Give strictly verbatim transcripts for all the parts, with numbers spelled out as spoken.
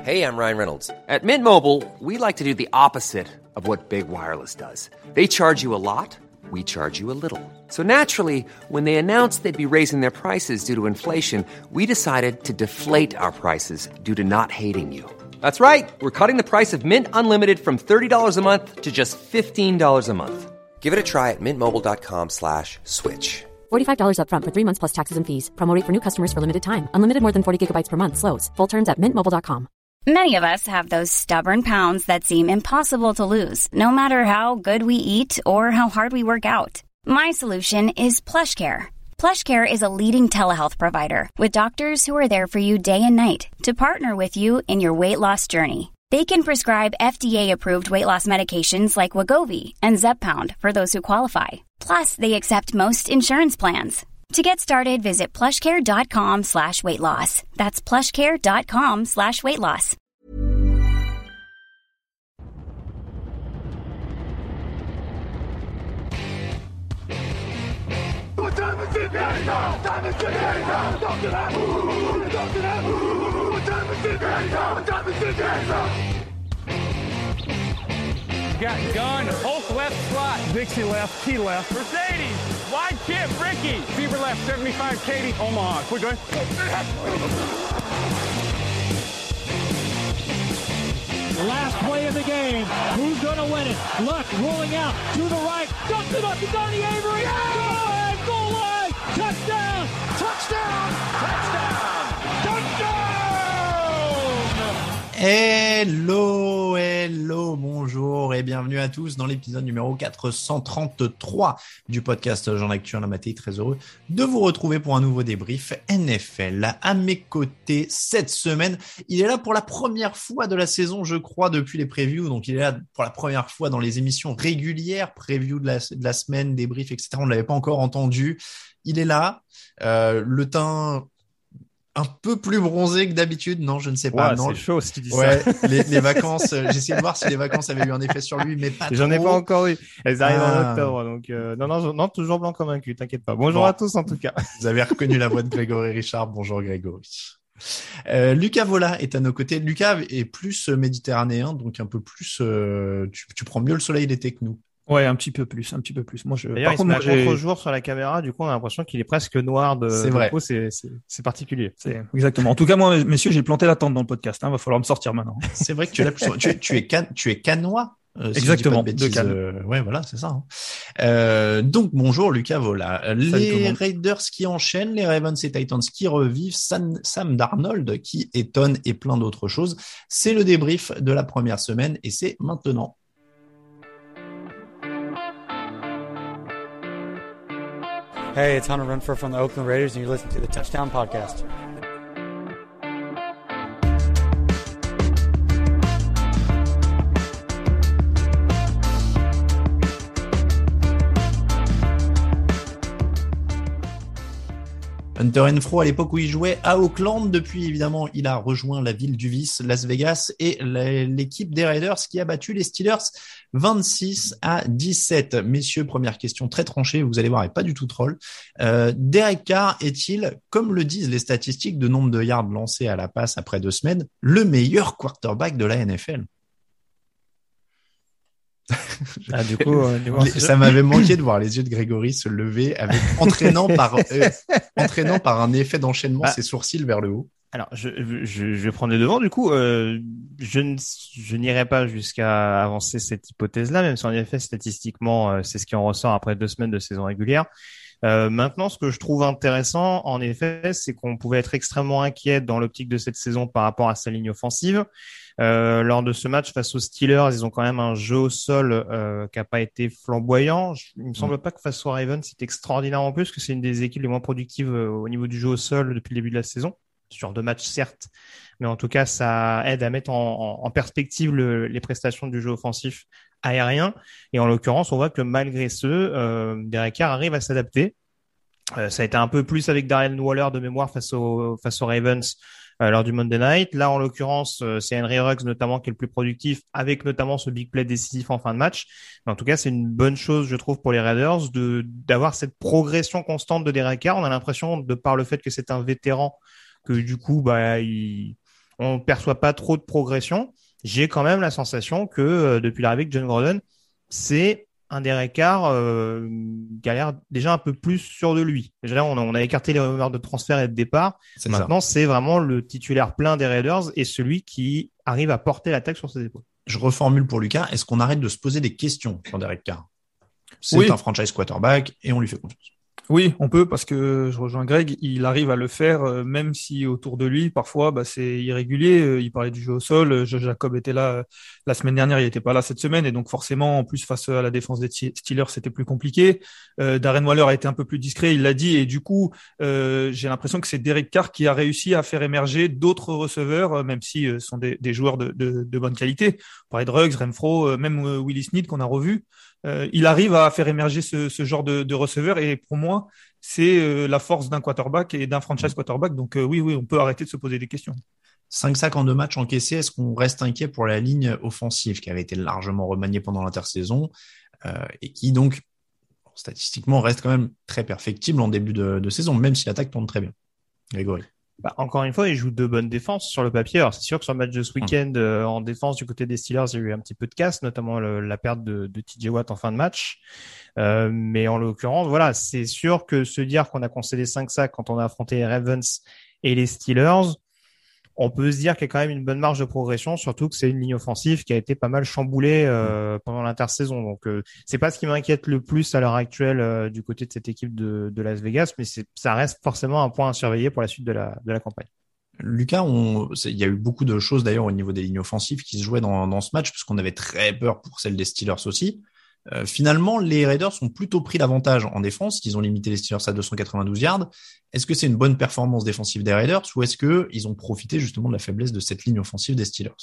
Hey, I'm Ryan Reynolds. At Mint Mobile, we like to do the opposite of what Big Wireless does. They charge you a lot, we charge you a little. So naturally, when they announced they'd be raising their prices due to inflation, we decided to deflate our prices due to not hating you. That's right. We're cutting the price of Mint Unlimited from thirty dollars a month to just fifteen dollars a month. Give it a try at mintmobile.com slash switch. forty-five dollars up front for three months plus taxes and fees. Promo rate for new customers for limited time. Unlimited more than forty gigabytes per month slows. Full terms at mint mobile dot com. Many of us have those stubborn pounds that seem impossible to lose, no matter how good we eat or how hard we work out. My solution is PlushCare. PlushCare is a leading telehealth provider with doctors who are there for you day and night to partner with you in your weight loss journey. They can prescribe F D A-approved weight loss medications like Wegovy and Zepbound for those who qualify. Plus, they accept most insurance plans. To get started, visit plushcare.com slash weight loss. That's plushcare.com slash weight loss. What time is it now? Time is it now? Don't do that. Don't do that. What time is it now? What time is it now? Got gun, Hulk left slot, Dixie left, T left, Mercedes, wide chip, Ricky, Fever left, seventy-five, Katie, Omaha. Quick, going. Last play of the game. Who's going to win it? Luck rolling out to the right. Dumps it up to Donnie Avery. Yeah! Goal line. Touchdown. Touchdown. Touchdown. Touchdown. Hello, hello, bonjour et bienvenue à tous dans l'épisode numéro quatre cent trente-trois du podcast Jean Actu en Amaté. Très heureux de vous retrouver pour un nouveau débrief N F L. À mes côtés cette semaine, il est là pour la première fois de la saison, je crois, depuis les previews. Donc, il est là pour la première fois dans les émissions régulières, preview de la, de la semaine, débrief, et cetera. On ne l'avait pas encore entendu. Il est là, euh, le teint un peu plus bronzé que d'habitude, non, je ne sais pas. Ouais, non, c'est chaud si tu dis ouais, ça. les, les vacances, euh, j'ai essayé de voir si les vacances avaient eu un effet sur lui, mais pas J'en trop. ai pas encore eu. Elles arrivent Ah. en octobre, donc euh, non, non, non, toujours blanc comme un cul, t'inquiète pas. Bonjour Bon. à tous en tout cas. Vous avez reconnu la voix de Grégory Richard. Bonjour Grégory. Euh, Lucas Vola est à nos côtés. Lucas est plus méditerranéen, donc un peu plus. Euh, tu, tu prends mieux le soleil l'été que nous. Ouais, un petit peu plus, un petit peu plus. Moi, je. D'ailleurs, Par il contre, se moi, met à j'ai. contre-jour sur la caméra, du coup, on a l'impression qu'il est presque noir de, C'est de vrai. peau, c'est, c'est, c'est particulier. C'est... Exactement. En tout cas, moi, messieurs, j'ai planté la tente dans le podcast. Hein. Va falloir me sortir maintenant. C'est vrai que tu es là plus. tu, es- tu es can, tu es canois. Euh, si Exactement, je dis pas de de bêtises, Cannes. euh, ouais, voilà, c'est ça. Hein. Euh, donc, bonjour Lucas Vola. tout le Les monde. Raiders qui enchaînent, les Ravens et Titans qui revivent, Sam, Sam Darnold qui étonne et plein d'autres choses. C'est le débrief de la première semaine et c'est maintenant. Hey, it's Hunter Renfrow from the Oakland Raiders, and you're listening to the Touchdown Podcast. Hunter Renfrow, à l'époque où il jouait à Auckland, depuis évidemment, il a rejoint la ville du vice, Las Vegas, et la- l'équipe des Raiders qui a battu les Steelers vingt-six à dix-sept. Messieurs, première question très tranchée, vous allez voir, et pas du tout troll. Euh, Derek Carr est-il, comme le disent les statistiques de nombre de yards lancés à la passe après deux semaines, le meilleur quarterback de la N F L? Ah, du coup, euh, du coup, Les- Ça m'avait manqué de voir les yeux de Grégory se lever avec entraînant par euh, entraînant par un effet d'enchaînement Ah. ses sourcils vers le haut. Alors, je, je, je vais prendre les devants. Du coup, euh, je, ne, je n'irai pas jusqu'à avancer cette hypothèse-là, même si en effet, statistiquement, euh, c'est ce qui en ressort après deux semaines de saison régulière. Euh, maintenant, ce que je trouve intéressant, en effet, c'est qu'on pouvait être extrêmement inquiet dans l'optique de cette saison par rapport à sa ligne offensive. Euh, lors de ce match face aux Steelers, ils ont quand même un jeu au sol euh, qui n'a pas été flamboyant. Je, il me semble pas que face aux Ravens, c'était extraordinaire en plus, parce que c'est une des équipes les moins productives euh, au niveau du jeu au sol depuis le début de la saison. Sur deux matchs, certes, mais en tout cas, ça aide à mettre en, en, en perspective le, les prestations du jeu offensif aérien. Et en l'occurrence, on voit que malgré ce, euh, Derek Carr arrive à s'adapter. Euh, ça a été un peu plus avec Darren Waller de mémoire face aux face aux Ravens euh, lors du Monday Night. Là, en l'occurrence, euh, c'est Henry Ruggs notamment qui est le plus productif, avec notamment ce big play décisif en fin de match. Mais en tout cas, c'est une bonne chose, je trouve, pour les Raiders de d'avoir cette progression constante de Derek Carr. On a l'impression, de par le fait que c'est un vétéran, que du coup, bah, il on perçoit pas trop de progression. J'ai quand même la sensation que euh, depuis l'arrivée de John Gruden, c'est un Derek Carr euh, qui a l'air déjà un peu plus sûr de lui. Déjà, on a, on a écarté les rumeurs de transfert et de départ. C'est Maintenant, ça. c'est vraiment le titulaire plein des Raiders et celui qui arrive à porter l'attaque sur ses épaules. Je reformule pour Lucas. Est-ce qu'on arrête de se poser des questions sur Derek Carr? C'est oui. un franchise quarterback et on lui fait confiance. Oui, on peut, parce que je rejoins Greg, il arrive à le faire, euh, même si autour de lui, parfois, bah, c'est irrégulier. Euh, il parlait du jeu au sol. Euh, Jacob était là euh, la semaine dernière, il n'était pas là cette semaine, et donc forcément, en plus, face à la défense des Steelers, c'était plus compliqué. Euh, Darren Waller a été un peu plus discret, il l'a dit, et du coup, euh, j'ai l'impression que c'est Derek Carr qui a réussi à faire émerger d'autres receveurs, euh, même si euh, ce sont des, des joueurs de, de, de bonne qualité. On parlait de Ruggs, Renfro, euh, même euh, Willie Snead qu'on a revu. Euh, il arrive à faire émerger ce, ce genre de, de receveur, et pour moi, c'est euh, la force d'un quarterback et d'un franchise quarterback. Donc euh, oui, oui, on peut arrêter de se poser des questions. cinq sacs en deux matchs encaissés. Est-ce qu'on reste inquiet pour la ligne offensive qui avait été largement remaniée pendant l'intersaison euh, et qui donc statistiquement reste quand même très perfectible en début de, de saison, même si l'attaque tourne très bien? Grégory. Bah, encore une fois, ils jouent de bonnes défenses sur le papier. Alors, c'est sûr que sur le match de ce week-end, euh, en défense du côté des Steelers, il y a eu un petit peu de casse, notamment le, la perte de, de T J Watt en fin de match. Euh, mais en l'occurrence, voilà, c'est sûr que se dire qu'on a concédé cinq sacs quand on a affronté les Ravens et les Steelers, on peut se dire qu'il y a quand même une bonne marge de progression, surtout que c'est une ligne offensive qui a été pas mal chamboulée euh, pendant l'intersaison. Donc, euh, c'est pas ce qui m'inquiète le plus à l'heure actuelle euh, du côté de cette équipe de, de Las Vegas, mais c'est, ça reste forcément un point à surveiller pour la suite de la, de la campagne. Lucas, on, il y a eu beaucoup de choses d'ailleurs au niveau des lignes offensives qui se jouaient dans, dans ce match, puisqu'on avait très peur pour celle des Steelers aussi. Euh, finalement, les Raiders ont plutôt pris l'avantage en défense, ils ont limité les Steelers à deux cent quatre-vingt-douze yards. Est-ce que c'est une bonne performance défensive des Raiders ou est-ce que ils ont profité justement de la faiblesse de cette ligne offensive des Steelers?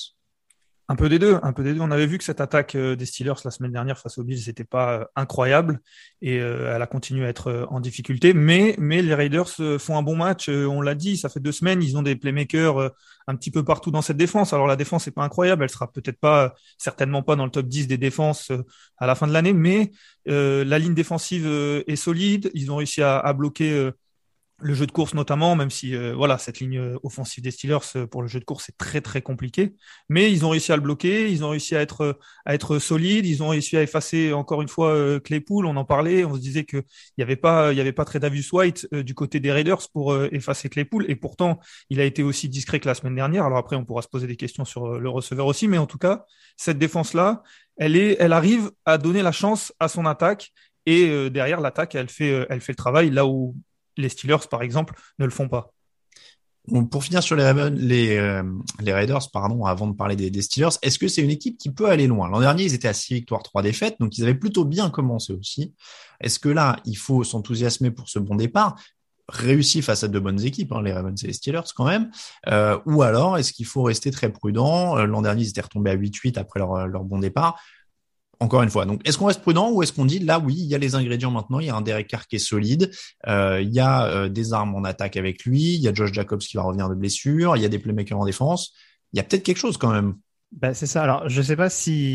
Un peu des deux, un peu des deux. On avait vu que cette attaque des Steelers la semaine dernière face aux Bills, c'était pas incroyable et euh, elle a continué à être en difficulté. Mais mais les Raiders font un bon match. On l'a dit, ça fait deux semaines, ils ont des playmakers un petit peu partout dans cette défense. Alors la défense est pas incroyable, elle sera peut-être pas, certainement pas dans le top dix des défenses à la fin de l'année, mais euh, la ligne défensive est solide. Ils ont réussi à, à bloquer euh, le jeu de course notamment, même si euh, voilà, cette ligne offensive des Steelers euh, pour le jeu de course c'est très très compliqué, mais ils ont réussi à le bloquer, ils ont réussi à être à être solides, ils ont réussi à effacer encore une fois euh, Claypool. On en parlait, on se disait que il y avait pas il y avait pas Tre'Davious White euh, du côté des Raiders pour euh, effacer Claypool, et pourtant il a été aussi discret que la semaine dernière. Alors après on pourra se poser des questions sur euh, le receveur aussi, mais en tout cas cette défense là, elle est elle arrive à donner la chance à son attaque, et euh, derrière l'attaque elle fait euh, elle fait le travail là où les Steelers, par exemple, ne le font pas. Bon, pour finir sur les, les, euh, les Raiders, pardon, avant de parler des, des Steelers, est-ce que c'est une équipe qui peut aller loin? L'an dernier, ils étaient à six victoires, trois défaites, donc ils avaient plutôt bien commencé aussi. Est-ce que là, il faut s'enthousiasmer pour ce bon départ, réussi face à de bonnes équipes, hein, les Ravens et les Steelers quand même, euh, ou alors est-ce qu'il faut rester très prudent? L'an dernier, ils étaient retombés à huit huit après leur, leur bon départ. Encore une fois, donc est-ce qu'on reste prudent ou est-ce qu'on dit là oui, il y a les ingrédients maintenant, il y a un Derek Carr qui est solide, euh, il y a euh, des armes en attaque avec lui, il y a Josh Jacobs qui va revenir de blessure, il y a des playmakers en défense, il y a peut-être quelque chose quand même. Ben, c'est ça. Alors, je sais pas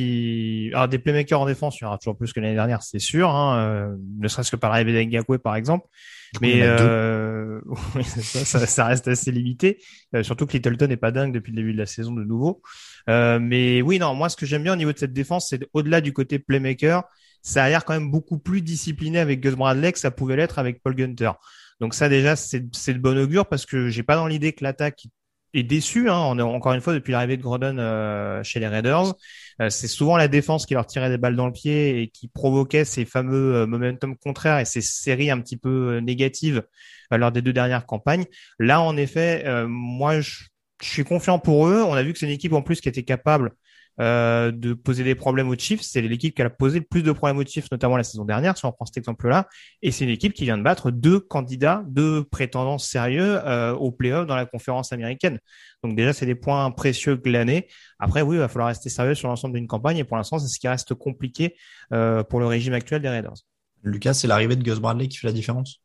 si, alors, des playmakers en défense, il y en aura toujours plus que l'année dernière, c'est sûr, hein, euh, ne serait-ce que par l'arrivée d'Ngakwe, par exemple. Du coup, mais, euh, oui, ça, ça, ça reste assez limité. Euh, surtout que Littleton n'est pas dingue depuis le début de la saison de nouveau. Euh, mais oui, non, moi, ce que j'aime bien au niveau de cette défense, c'est au-delà du côté playmaker, ça a l'air quand même beaucoup plus discipliné avec Gus Bradley que ça pouvait l'être avec Paul Gunter. Donc ça, déjà, c'est, c'est de bon augure parce que j'ai pas dans l'idée que l'attaque est déçu, hein. On est encore une fois depuis l'arrivée de Gruden euh, chez les Raiders. Euh, c'est souvent la défense qui leur tirait des balles dans le pied et qui provoquait ces fameux euh, momentum contraires et ces séries un petit peu euh, négatives euh, lors des deux dernières campagnes. Là, en effet, euh, moi, je, je suis confiant pour eux. On a vu que c'est une équipe en plus qui était capable euh, de poser des problèmes aux Chiefs. C'est l'équipe qui a posé le plus de problèmes aux Chiefs, notamment la saison dernière, si on prend cet exemple-là. Et c'est une équipe qui vient de battre deux candidats, deux prétendants sérieux euh, aux playoffs dans la conférence américaine. Donc déjà, c'est des points précieux glanés. Après, oui, il va falloir rester sérieux sur l'ensemble d'une campagne. Et pour l'instant, c'est ce qui reste compliqué euh, pour le régime actuel des Raiders. Lucas, c'est l'arrivée de Gus Bradley qui fait la différence?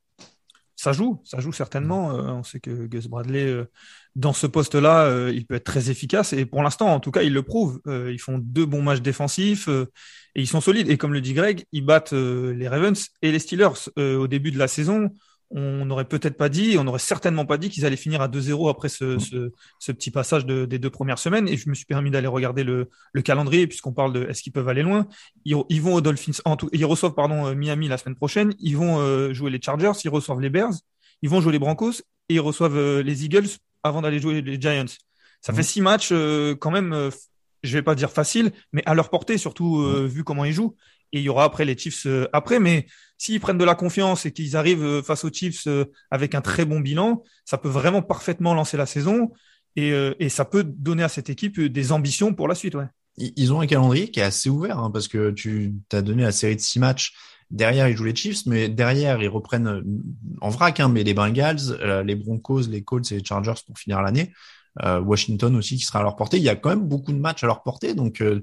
Ça joue, ça joue certainement. Euh, on sait que Gus Bradley, euh, dans ce poste-là, euh, il peut être très efficace. Et pour l'instant, en tout cas, il le prouve. Euh, ils font deux bons matchs défensifs euh, et ils sont solides. Et comme le dit Greg, ils battent euh, les Ravens et les Steelers. Euh, au début de la saison, on n'aurait peut-être pas dit, on n'aurait certainement pas dit qu'ils allaient finir à deux zéro après ce, mmh. ce, ce petit passage de, des deux premières semaines. Et je me suis permis d'aller regarder le, le calendrier, puisqu'on parle de est-ce qu'ils peuvent aller loin. Ils, ils vont aux Dolphins, en tout, ils reçoivent pardon Miami la semaine prochaine. Ils vont euh, jouer les Chargers, ils reçoivent les Bears, ils vont jouer les Broncos et ils reçoivent euh, les Eagles avant d'aller jouer les Giants. Ça mmh. fait six matchs euh, quand même. Euh, je vais pas dire facile, mais à leur portée, surtout euh, vu comment ils jouent. Et il y aura après les Chiefs euh, après, mais s'ils prennent de la confiance et qu'ils arrivent euh, face aux Chiefs euh, avec un très bon bilan, ça peut vraiment parfaitement lancer la saison et, euh, et ça peut donner à cette équipe des ambitions pour la suite. Ouais. Ils ont un calendrier qui est assez ouvert hein, parce que tu t'as donné la série de six matchs. Derrière, ils jouent les Chiefs, mais derrière, ils reprennent en vrac, hein, mais les Bengals, euh, les Broncos, les Colts et les Chargers pour finir l'année. Euh, Washington aussi qui sera à leur portée. Il y a quand même beaucoup de matchs à leur portée, donc euh,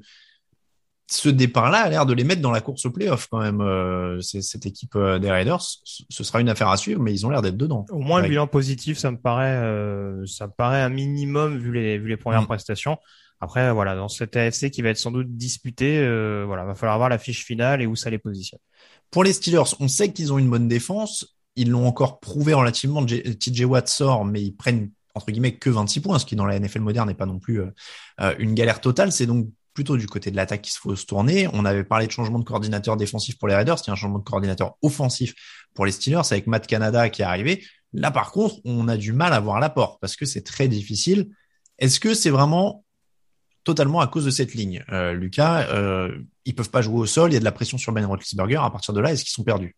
ce départ-là a l'air de les mettre dans la course au play-off quand même. Euh, c'est, cette équipe euh, des Raiders, ce sera une affaire à suivre, mais ils ont l'air d'être dedans. Au moins, ouais. Le bilan positif, ça me paraît, euh, ça me paraît un minimum vu les vu les premières mmh. prestations. Après, voilà, dans cette A F C qui va être sans doute disputée, euh, voilà, va falloir voir la fiche finale et où ça les positionne. Pour les Steelers, on sait qu'ils ont une bonne défense. Ils l'ont encore prouvé relativement. T J Watt sort, mais ils prennent entre guillemets que vingt-six points, ce qui dans la N F L moderne n'est pas non plus euh, une galère totale. C'est donc plutôt du côté de l'attaque qu'il faut se tourner. On avait parlé de changement de coordinateur défensif pour les Raiders, il y a un changement de coordinateur offensif pour les Steelers avec Matt Canada qui est arrivé. Là, par contre, on a du mal à voir l'apport parce que c'est très difficile. Est-ce que c'est vraiment totalement à cause de cette ligne, euh, Lucas? euh, Ils peuvent pas jouer au sol, il y a de la pression sur Ben Roethlisberger. À partir de là, est-ce qu'ils sont perdus?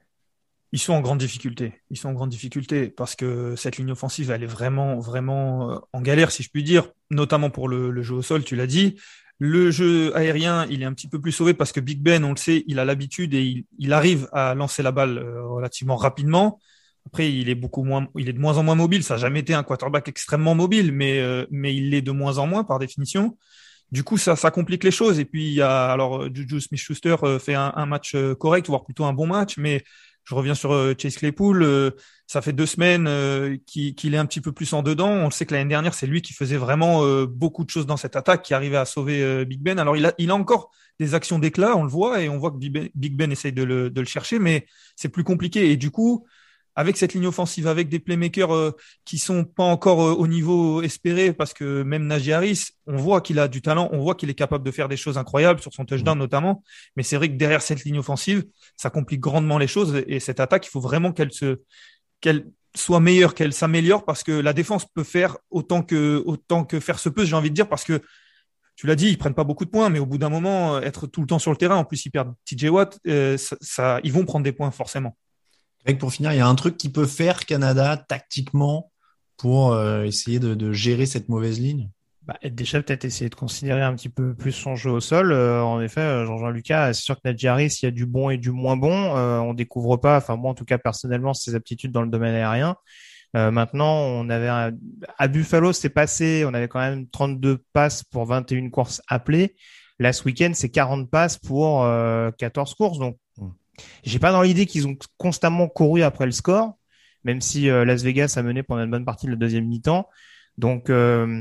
Ils sont en grande difficulté. Ils sont en grande difficulté parce que cette ligne offensive, elle est vraiment, vraiment en galère, si je puis dire, notamment pour le, le jeu au sol, tu l'as dit. Le jeu aérien, il est un petit peu plus sauvé parce que Big Ben, on le sait, il a l'habitude et il, il arrive à lancer la balle relativement rapidement. Après, il est beaucoup moins, il est de moins en moins mobile. Ça n'a jamais été un quarterback extrêmement mobile, mais, euh, mais il l'est de moins en moins par définition. Du coup, ça, ça complique les choses. Et puis, il y a, alors, Juju Smith-Schuster fait un, un match correct, voire plutôt un bon match, mais je reviens sur euh, Chase Claypool. Euh, ça fait deux semaines euh, qu'il, qu'il est un petit peu plus en dedans. On le sait que l'année dernière, c'est lui qui faisait vraiment euh, beaucoup de choses dans cette attaque, qui arrivait à sauver euh, Big Ben. Alors, il a, il a encore des actions d'éclat, on le voit, et on voit que Big Ben, Big Ben essaye de le, de le chercher, mais c'est plus compliqué. Et du coup, avec cette ligne offensive, avec des playmakers euh, qui sont pas encore euh, au niveau espéré, parce que même Najee Harris, on voit qu'il a du talent, on voit qu'il est capable de faire des choses incroyables sur son touchdown mmh. notamment, mais c'est vrai que derrière cette ligne offensive, ça complique grandement les choses, et cette attaque, il faut vraiment qu'elle se, qu'elle soit meilleure, qu'elle s'améliore, parce que la défense peut faire autant que, autant que faire se peut, j'ai envie de dire, parce que tu l'as dit, ils prennent pas beaucoup de points, mais au bout d'un moment, être tout le temps sur le terrain, en plus ils perdent T J Watt, euh, ça, ça, ils vont prendre des points forcément. Pour finir, il y a un truc qui peut faire Canada tactiquement pour euh, essayer de, de gérer cette mauvaise ligne. Bah, déjà peut-être essayer de considérer un petit peu plus son jeu au sol. Euh, en effet, Jean-Jean Lucas, c'est sûr que Najee Harris, il y a du bon et du moins bon. Euh, on découvre pas, enfin moi en tout cas personnellement, ses aptitudes dans le domaine aérien. Euh, maintenant, on avait un, à Buffalo, c'est passé, on avait quand même trente-deux passes pour vingt et une courses appelées. Là, ce week-end, c'est quarante passes pour euh, quatorze courses. Donc, mmh. j'ai pas dans l'idée qu'ils ont constamment couru après le score, même si euh, Las Vegas a mené pendant une bonne partie de la deuxième mi-temps. Donc, euh,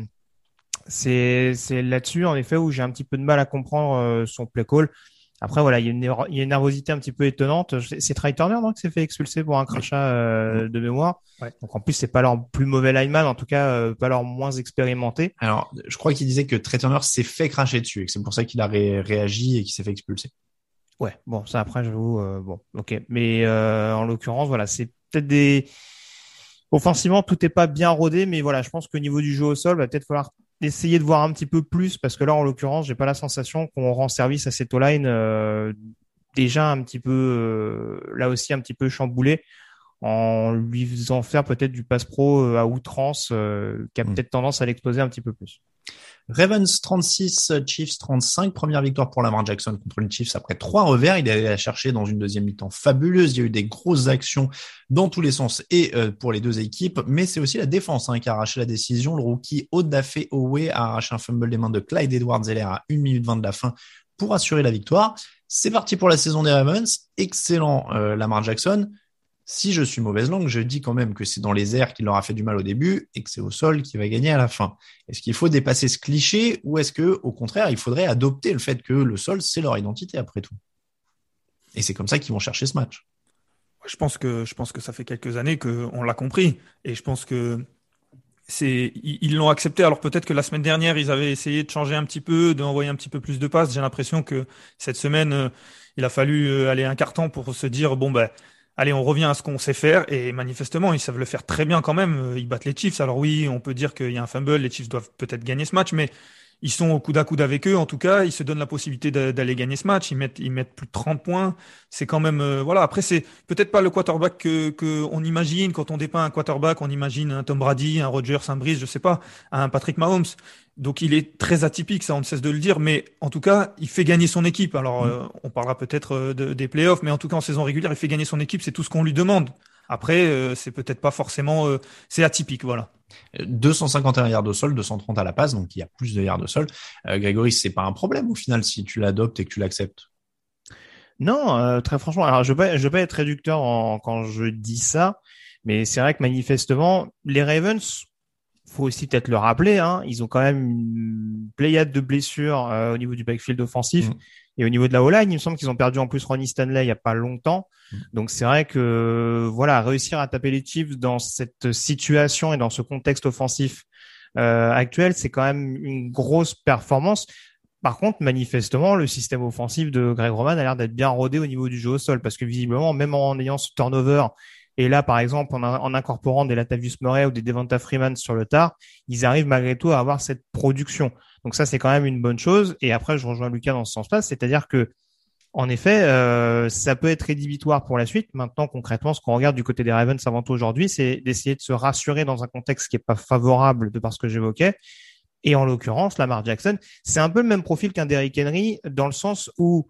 c'est, c'est là-dessus, en effet, où j'ai un petit peu de mal à comprendre euh, son play call. Après, voilà, il y a une, il y a une nervosité un petit peu étonnante. C'est Trey Turner, non, qui s'est fait expulser pour un crachat euh, de mémoire. Ouais. Donc, en plus, c'est pas leur plus mauvais lineman, en tout cas, euh, pas leur moins expérimenté. Alors, je crois qu'il disait que Trey Turner s'est fait cracher dessus et que c'est pour ça qu'il a ré- réagi et qu'il s'est fait expulser. Ouais, bon, ça après, j'avoue, euh, bon, ok. Mais euh, en l'occurrence, voilà, c'est peut-être des... Offensivement, tout est pas bien rodé, mais voilà, je pense qu'au niveau du jeu au sol, va peut-être falloir essayer de voir un petit peu plus, parce que là, en l'occurrence, j'ai pas la sensation qu'on rend service à cette O-line euh, déjà un petit peu, euh, là aussi, un petit peu chamboulé, en lui faisant faire peut-être du pass pro à outrance, euh, qui a mmh. peut-être tendance à l'exposer un petit peu plus. Ravens trente-six, Chiefs trente-cinq, première victoire pour Lamar Jackson contre les Chiefs après trois revers. Il est allé la chercher dans une deuxième mi-temps fabuleuse. Il y a eu des grosses actions dans tous les sens et euh, pour les deux équipes, mais c'est aussi la défense hein, qui a arraché la décision. Le rookie Odafe Oweh a arraché un fumble des mains de Clyde Edwards-Helaire à une minute vingt de la fin pour assurer la victoire. C'est parti pour la saison des Ravens. Excellent euh, Lamar Jackson. Si je suis mauvaise langue, je dis quand même que c'est dans les airs qu'il leur a fait du mal au début et que c'est au sol qu'il va gagner à la fin. Est-ce qu'il faut dépasser ce cliché ou est-ce que, au contraire, il faudrait adopter le fait que le sol, c'est leur identité après tout? Et c'est comme ça qu'ils vont chercher ce match. Je pense que je pense que ça fait quelques années qu'on l'a compris et je pense que c'est ils l'ont accepté. Alors peut-être que la semaine dernière ils avaient essayé de changer un petit peu, d'envoyer un petit peu plus de passes. J'ai l'impression que cette semaine euh, il a fallu euh, aller un quart temps pour se dire bon ben allez on revient à ce qu'on sait faire et manifestement ils savent le faire très bien quand même. Ils battent les Chiefs. Alors oui on peut dire qu'il y a un fumble, les Chiefs doivent peut-être gagner ce match, mais ils sont au coude à coude avec eux, en tout cas, ils se donnent la possibilité de, d'aller gagner ce match. Ils mettent, ils mettent plus de trente points. C'est quand même, euh, voilà. Après, c'est peut-être pas le quarterback que, que on imagine quand on dépeint un quarterback. On imagine un Tom Brady, un Rodgers, un Breeze, je sais pas, un Patrick Mahomes. Donc, il est très atypique, ça, on ne cesse de le dire. Mais en tout cas, il fait gagner son équipe. Alors, euh, on parlera peut-être euh, de, des playoffs, mais en tout cas, en saison régulière, il fait gagner son équipe. C'est tout ce qu'on lui demande. Après, euh, c'est peut-être pas forcément, euh, c'est atypique, voilà. deux cent cinquante et un yards au sol, deux cent trente à la passe, donc il y a plus de yards au sol. Euh, Grégory, c'est pas un problème au final si tu l'adoptes et que tu l'acceptes. Non, euh, très franchement. Alors, je veux pas, je veux pas être réducteur en, quand je dis ça, mais c'est vrai que manifestement, les Ravens, faut aussi peut-être le rappeler, hein, ils ont quand même une pléiade de blessures euh, au niveau du backfield offensif. Mmh. Et au niveau de la O-line, il me semble qu'ils ont perdu en plus Ronnie Stanley il y a pas longtemps. Donc c'est vrai que voilà, réussir à taper les Chiefs dans cette situation et dans ce contexte offensif euh, actuel, c'est quand même une grosse performance. Par contre, manifestement, le système offensif de Greg Roman a l'air d'être bien rodé au niveau du jeu au sol parce que visiblement, même en ayant ce turnover et là, par exemple, en, en incorporant des Latavius Murray ou des Devonta Freeman sur le tard, ils arrivent malgré tout à avoir cette production. Donc ça, c'est quand même une bonne chose. Et après, je rejoins Lucas dans ce sens-là, c'est-à-dire que, en effet, euh, ça peut être rédhibitoire pour la suite. Maintenant, concrètement, ce qu'on regarde du côté des Ravens avant tout aujourd'hui, c'est d'essayer de se rassurer dans un contexte qui est pas favorable de par ce que j'évoquais. Et en l'occurrence, Lamar Jackson, c'est un peu le même profil qu'un Derrick Henry dans le sens où,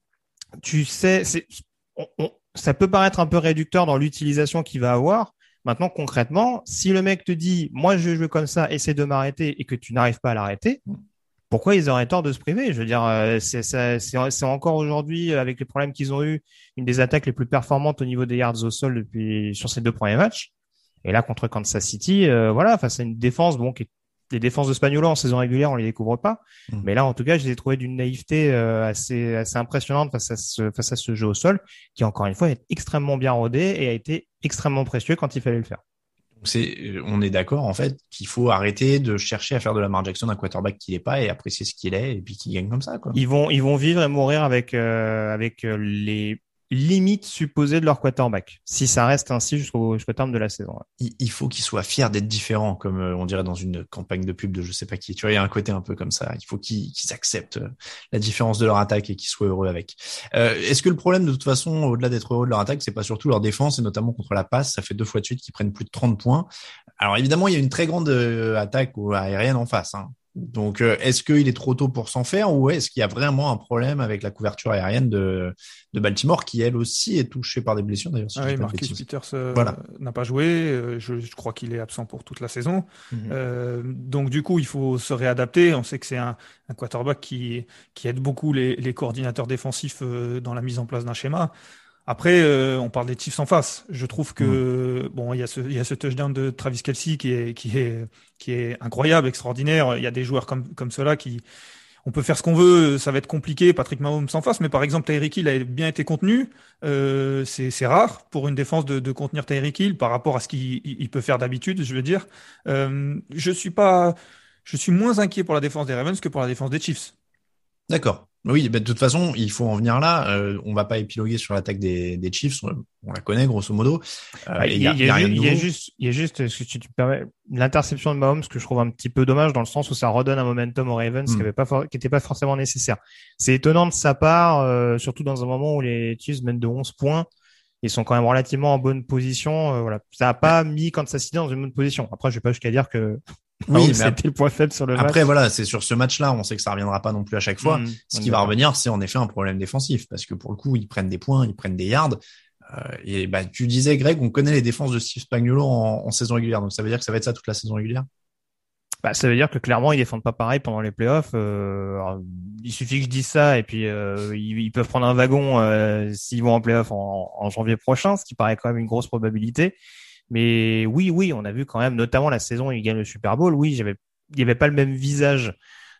tu sais, c'est, on, on, ça peut paraître un peu réducteur dans l'utilisation qu'il va avoir. Maintenant, concrètement, si le mec te dit « moi, je vais jouer comme ça, essaie de m'arrêter » et que tu n'arrives pas à l'arrêter, pourquoi ils auraient tort de se priver ? Je veux dire, c'est, c'est, c'est, c'est encore aujourd'hui, avec les problèmes qu'ils ont eu, une des attaques les plus performantes au niveau des yards au sol depuis sur ces deux premiers matchs. Et là, contre Kansas City, euh, voilà, face à une défense bon, qui est les défenses de Spagnuolo en saison régulière, on les découvre pas. Mmh. Mais là, en tout cas, je les ai trouvés d'une naïveté euh, assez, assez impressionnante face à ce, face à ce jeu au sol, qui encore une fois est extrêmement bien rodé et a été extrêmement précieux quand il fallait le faire. C'est, on est d'accord en fait qu'il faut arrêter de chercher à faire de Lamar Jackson un quarterback qu'il est pas et apprécier ce qu'il est et puis qu'il gagne comme ça, quoi. Ils vont, ils vont vivre et mourir avec, euh, avec les limites supposées de leur quarterback, si ça reste ainsi jusqu'au, jusqu'au terme de la saison. Il, il faut qu'ils soient fiers d'être différents, comme on dirait dans une campagne de pub de je sais pas qui. Tu vois, il y a un côté un peu comme ça. Il faut qu'ils, qu'ils acceptent la différence de leur attaque et qu'ils soient heureux avec. Euh, est-ce que le problème, de toute façon, au-delà d'être heureux de leur attaque, c'est pas surtout leur défense et notamment contre la passe ? Ça fait deux fois de suite qu'ils prennent plus de trente points. Alors évidemment, il y a une très grande euh, attaque aérienne en face, hein. Donc, euh, est-ce qu'il est trop tôt pour s'en faire ou est-ce qu'il y a vraiment un problème avec la couverture aérienne de, de Baltimore qui, elle aussi, est touchée par des blessures d'ailleurs si ah oui, Marcus Peters euh, voilà. n'a pas joué. Euh, je, je crois qu'il est absent pour toute la saison. Mm-hmm. Euh, donc, du coup, il faut se réadapter. On sait que c'est un, un quarterback qui, qui aide beaucoup les, les coordinateurs défensifs euh, dans la mise en place d'un schéma. Après, euh, on parle des Chiefs en face. Je trouve que mmh. bon, il y a ce, il y a ce touchdown de Travis Kelce qui est, qui est, qui est incroyable, extraordinaire. Il y a des joueurs comme, comme ceux-là qui, on peut faire ce qu'on veut. Ça va être compliqué. Patrick Mahomes en face, mais par exemple, Tyreek Hill a bien été contenu. Euh, c'est, c'est rare pour une défense de, de contenir Tyreek Hill par rapport à ce qu'il il peut faire d'habitude. Je veux dire, euh, je suis pas, je suis moins inquiet pour la défense des Ravens que pour la défense des Chiefs. D'accord. Oui, ben de toute façon, il faut en venir là. Euh, on va pas épiloguer sur l'attaque des, des Chiefs. On la connaît grosso modo. Euh, il y, y, y, y, a il y a juste, il y a juste, si tu te permets, l'interception de Mahomes que je trouve un petit peu dommage dans le sens où ça redonne un momentum aux Ravens mm. qui avait pas, for- qui était pas forcément nécessaire. C'est étonnant de sa part, euh, surtout dans un moment où les Chiefs mènent de onze points. Ils sont quand même relativement en bonne position. Euh, voilà, ça a pas mis Kansas City dans une bonne position. Après, je vais pas jusqu'à dire que oui, mais c'était le point faible sur le après, match. Après, voilà, c'est sur ce match-là, on sait que ça reviendra pas non plus à chaque fois. Mmh, ce qui va revenir, c'est en effet un problème défensif, parce que pour le coup, ils prennent des points, ils prennent des yards. Euh, et bah, tu disais, Greg, on connaît les défenses de Steve Spagnuolo en, en saison régulière, donc ça veut dire que ça va être ça toute la saison régulière. Bah, ça veut dire que clairement, ils défendent pas pareil pendant les playoffs. Euh, alors, il suffit que je dise ça, et puis euh, ils, ils peuvent prendre un wagon euh, s'ils vont en playoff en, en janvier prochain, ce qui paraît quand même une grosse probabilité. Mais oui, oui, on a vu quand même, notamment la saison où ils gagnent le Super Bowl. Oui, j'avais il n'y avait pas le même visage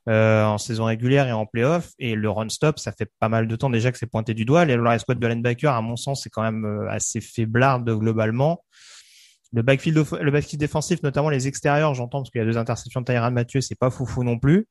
euh, en saison régulière et en play-off. Et le run-stop, ça fait pas mal de temps déjà que c'est pointé du doigt. La squad de linebacker, à mon sens, c'est quand même euh, assez faiblarde globalement. Le backfield, off- le backfield défensif, notamment les extérieurs, j'entends parce qu'il y a deux interceptions de Tyrann Mathieu, c'est pas foufou non plus.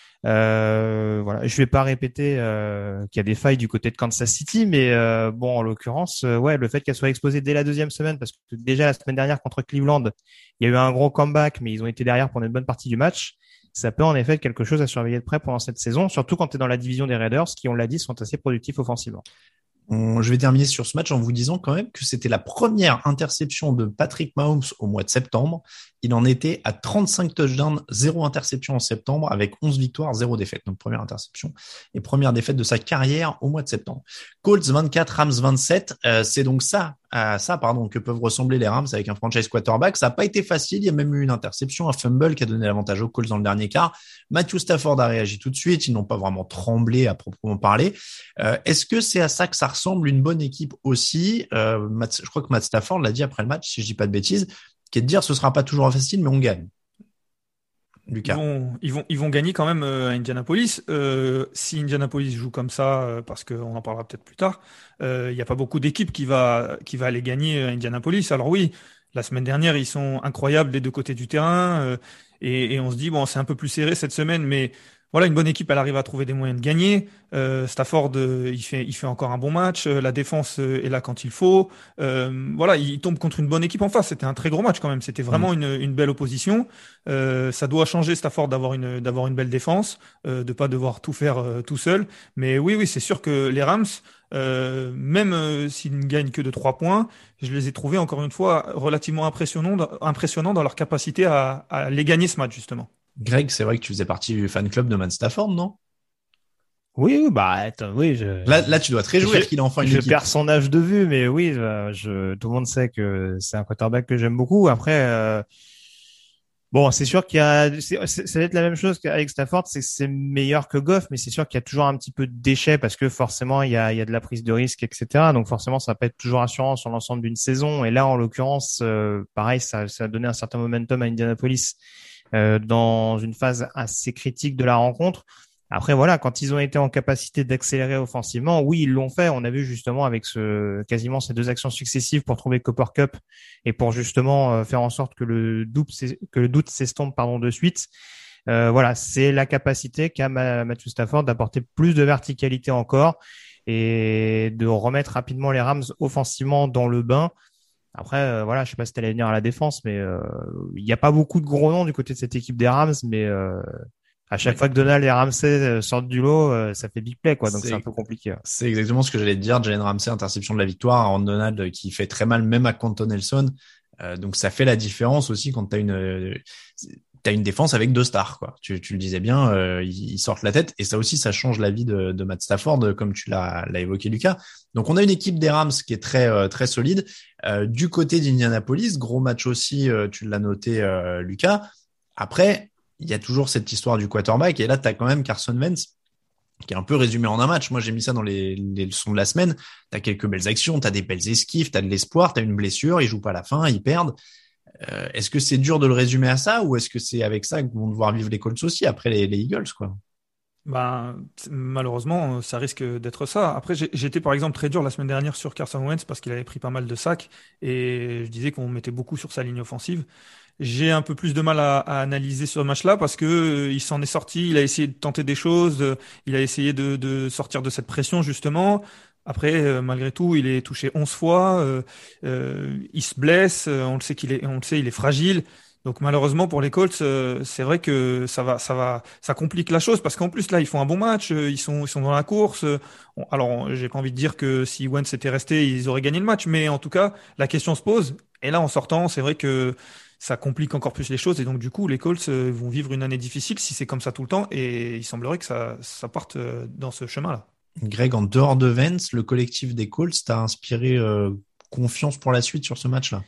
Euh, voilà, je vais pas répéter euh, qu'il y a des failles du côté de Kansas City, mais euh, bon, en l'occurrence, euh, ouais, le fait qu'elle soit exposée dès la deuxième semaine, parce que déjà la semaine dernière contre Cleveland, il y a eu un gros comeback, mais ils ont été derrière pendant une bonne partie du match. Ça peut en effet être quelque chose à surveiller de près pendant cette saison, surtout quand tu es dans la division des Raiders, qui, on l'a dit, sont assez productifs offensivement. On- je vais terminer sur ce match en vous disant quand même que c'était la première interception de Patrick Mahomes au mois de septembre. Il en était à trente-cinq touchdowns, zéro interception en septembre, avec onze victoires, zéro défaite. Donc première interception et première défaite de sa carrière au mois de septembre. Colts vingt-quatre, Rams vingt-sept. Euh, c'est donc ça, à ça pardon, que peuvent ressembler les Rams avec un franchise quarterback. Ça n'a pas été facile. Il y a même eu une interception, un fumble qui a donné l'avantage aux Colts dans le dernier quart. Matthew Stafford a réagi tout de suite. Ils n'ont pas vraiment tremblé à proprement parler. Euh, est-ce que c'est à ça que ça ressemble une bonne équipe aussi? euh, Matt, je crois que Matt Stafford l'a dit après le match, si je dis pas de bêtises, qui est de dire ce sera pas toujours facile, mais on gagne. Lucas. Ils vont, ils vont, ils vont gagner quand même euh, à Indianapolis. Euh, si Indianapolis joue comme ça, euh, parce qu'on en parlera peut-être plus tard, euh, il n'y a pas beaucoup d'équipes qui va, qui va aller gagner à Indianapolis. Alors oui, la semaine dernière, ils sont incroyables des deux côtés du terrain, euh, et, et on se dit bon, c'est un peu plus serré cette semaine, mais voilà, une bonne équipe, elle arrive à trouver des moyens de gagner. Euh, Stafford, euh, il fait, il fait encore un bon match. Euh, la défense euh, est là quand il faut. Euh, voilà, il tombe contre une bonne équipe en face. C'était un très gros match quand même. C'était vraiment une, une belle opposition. Euh, ça doit changer Stafford d'avoir une, d'avoir une belle défense, euh, de pas devoir tout faire euh, tout seul. Mais oui, oui, c'est sûr que les Rams, euh, même euh, s'ils ne gagnent que de trois points, je les ai trouvés encore une fois relativement impressionnants, impressionnants dans leur capacité à, à les gagner ce match justement. Greg, c'est vrai que tu faisais partie du fan club de Matt Stafford, non? Oui, bah attends, oui, je, Là, là, tu dois te réjouir je, qu'il a enfin une je équipe. perds son âge de vue, mais oui, je, je- tout le monde sait que c'est un quarterback que j'aime beaucoup. Après, euh, bon, c'est sûr qu'il y a, c'est, c'est- ça va être la même chose qu'avec Stafford, c'est que c'est meilleur que Goff, mais c'est sûr qu'il y a toujours un petit peu de déchets parce que forcément il y a, il y a de la prise de risque, et cetera. Donc forcément, ça va pas être toujours assurant sur l'ensemble d'une saison. Et là, en l'occurrence, euh, pareil, ça, ça a donné un certain momentum à Indianapolis euh, dans une phase assez critique de la rencontre. Après, voilà, quand ils ont été en capacité d'accélérer offensivement, oui, ils l'ont fait. On a vu justement avec ce, quasiment ces deux actions successives pour trouver Cooper Kupp et pour justement euh, faire en sorte que le doute, que le doute s'estompe, pardon, de suite. Euh, voilà, c'est la capacité qu'a Matthew Stafford d'apporter plus de verticalité encore et de remettre rapidement les Rams offensivement dans le bain. Après, euh, voilà, je sais pas si t'allais venir à la défense, mais euh, il n'y a pas beaucoup de gros noms du côté de cette équipe des Rams, mais euh, à chaque Ouais. fois que Donald et Ramsey sortent du lot, euh, ça fait big play, quoi. Donc C'est- c'est un peu compliqué. C'est exactement ce que j'allais te dire. Jalen Ramsey, interception de la victoire. Aaron Donald qui fait très mal, même à Quentin Nelson. Euh, donc ça fait la différence aussi quand tu as une euh, t'as une défense avec deux stars, quoi. Tu, tu le disais bien, euh, ils, ils sortent la tête et ça aussi, ça change la vie de, de Matt Stafford, euh, comme tu l'as, l'as évoqué, Lucas. Donc on a une équipe des Rams qui est très euh, très solide. Euh, du côté d'Indianapolis, gros match aussi, euh, tu l'as noté, euh, Lucas. Après, il y a toujours cette histoire du quarterback et là, tu as quand même Carson Wentz qui est un peu résumé en un match. Moi, j'ai mis ça dans les, les leçons de la semaine. Tu as quelques belles actions, tu as des belles esquives, tu as de l'espoir, tu as une blessure, ils jouent pas à la fin, ils perdent. Euh, est-ce que c'est dur de le résumer à ça ou est-ce que c'est avec ça que vont devoir vivre les Colts aussi après les, les Eagles, quoi? Ben, malheureusement, ça risque d'être ça. Après, j'ai- j'étais par exemple très dur la semaine dernière sur Carson Wentz parce qu'il avait pris pas mal de sacs et je disais qu'on mettait beaucoup sur sa ligne offensive. J'ai un peu plus de mal à, à analyser ce match-là parce que euh, il s'en est sorti, il a essayé de tenter des choses, euh, il a essayé de, de sortir de cette pression justement. Après, euh, malgré tout, il est touché onze fois, euh, euh, il se blesse, euh, on le sait qu'il est, on le sait, il est fragile. Donc malheureusement pour les Colts, euh, c'est vrai que ça va, ça va, ça complique la chose parce qu'en plus là ils font un bon match, euh, ils sont, ils sont dans la course. euh, on- alors j'ai pas envie de dire que si Wentz était resté, ils auraient gagné le match, mais en tout cas la question se pose. Et là en sortant, c'est vrai que ça complique encore plus les choses et donc du coup les Colts euh, vont vivre une année difficile si c'est comme ça tout le temps et il semblerait que ça, ça parte euh, dans ce chemin-là. Greg, en dehors de Vance, le collectif des Colts t'a inspiré euh, confiance pour la suite sur ce match-là?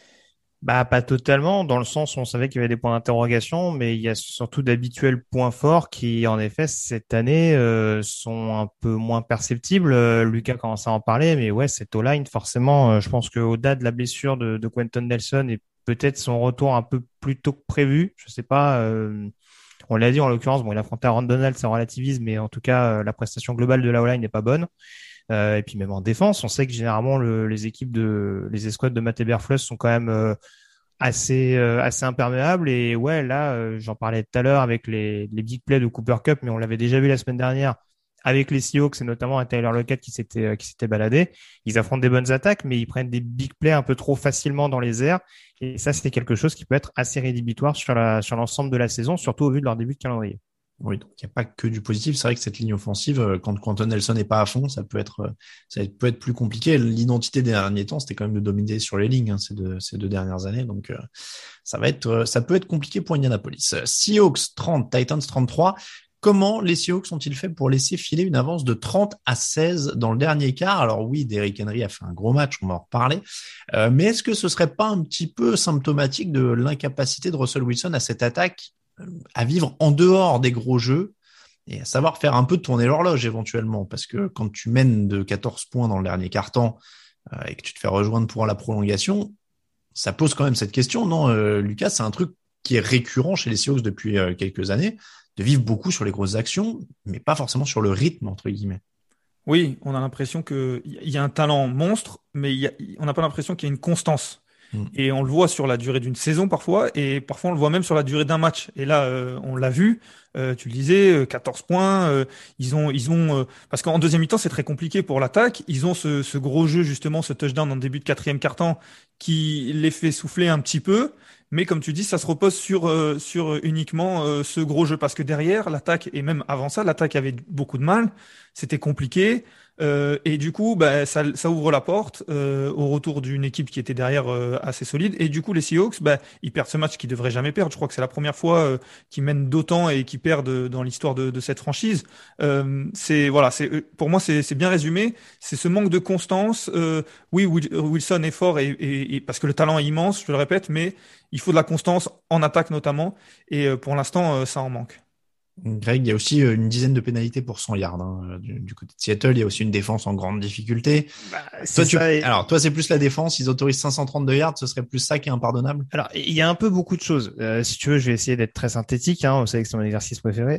Bah, pas totalement, dans le sens où on savait qu'il y avait des points d'interrogation, mais il y a surtout d'habituels points forts qui, en effet, cette année, euh, sont un peu moins perceptibles. Euh, Lucas commence à en parler, mais ouais, cette O-line, forcément, euh, je pense qu'au-delà de la blessure de, de Quentin Nelson et peut-être son retour un peu plus tôt que prévu, je sais pas, euh, On l'a dit, en l'occurrence, bon, il affrontait Aaron Donald, ça relativise, mais en tout cas, euh, la prestation globale de la O-line n'est pas bonne. Euh, et puis même en défense, on sait que généralement le, les équipes de, les escouades de Matt Eberflus sont quand même euh, assez, euh, assez imperméables. Et ouais, là, euh, j'en parlais tout à l'heure avec les, les big plays de Cooper Kupp, mais on l'avait déjà vu la semaine dernière avec les Seahawks et notamment un Tyler Lockett qui s'était, euh, qui s'était baladé. Ils affrontent des bonnes attaques, mais ils prennent des big plays un peu trop facilement dans les airs. Et ça, c'est quelque chose qui peut être assez rédhibitoire sur la, sur l'ensemble de la saison, surtout au vu de leur début de calendrier. Oui, donc il n'y a pas que du positif. C'est vrai que cette ligne offensive, quand Quentin Nelson n'est pas à fond, ça peut être, ça peut être plus compliqué. L'identité des derniers temps, c'était quand même de dominer sur les lignes, hein, ces deux, ces deux dernières années. Donc, euh, ça va être, ça peut être compliqué pour Indianapolis. Seahawks trente, Titans trente-trois. Comment les Seahawks ont-ils fait pour laisser filer une avance de trente à seize dans le dernier quart? Alors oui, Derrick Henry a fait un gros match, on va en reparler. Euh, mais est-ce que ce serait pas un petit peu symptomatique de l'incapacité de Russell Wilson à cette attaque à vivre en dehors des gros jeux et à savoir faire un peu tourner l'horloge éventuellement, parce que quand tu mènes de quatorze points dans le dernier quart-temps euh, et que tu te fais rejoindre pour la prolongation, ça pose quand même cette question, non euh, Lucas? C'est un truc qui est récurrent chez les Seahawks depuis euh, quelques années, de vivre beaucoup sur les grosses actions, mais pas forcément sur le rythme, entre guillemets. Oui, on a l'impression qu'il y a un talent monstre, mais il y a, on n'a pas l'impression qu'il y a une constance. Et on le voit sur la durée d'une saison parfois, et parfois on le voit même sur la durée d'un match. Et là, euh, on l'a vu, euh, tu le disais, euh, quatorze points, euh, ils ont, ils ont, euh, parce qu'en deuxième mi-temps c'est très compliqué pour l'attaque. Ils ont ce, ce gros jeu justement, ce touchdown en début de quatrième quart-temps qui les fait souffler un petit peu. Mais comme tu dis, ça se repose sur euh, sur uniquement euh, ce gros jeu, parce que derrière l'attaque, et même avant ça, l'attaque avait beaucoup de mal, c'était compliqué. Euh, et du coup, bah, ça, ça ouvre la porte euh, au retour d'une équipe qui était derrière euh, assez solide. Et du coup, les Seahawks, bah, ils perdent ce match qu'ils devraient jamais perdre. Je crois que c'est la première fois euh, qu'ils mènent d'autant et qu'ils perdent dans l'histoire de, de cette franchise. Euh, c'est voilà, c'est pour moi c'est, c'est bien résumé. C'est ce manque de constance. Euh, oui, Wilson est fort et, et, et parce que le talent est immense, je le répète, mais il faut de la constance en attaque notamment. Et euh, pour l'instant, euh, ça en manque. Greg, il y a aussi une dizaine de pénalités pour cent yards hein, du, du côté de Seattle. Il y a aussi une défense en grande difficulté. Bah, toi, tu... et... Alors, toi, c'est plus la défense. Ils autorisent cinq cent trente-deux yards. Ce serait plus ça qui est impardonnable? Alors, il y a un peu beaucoup de choses. Euh, si tu veux, je vais essayer d'être très synthétique. Hein. Vous savez que c'est mon exercice préféré.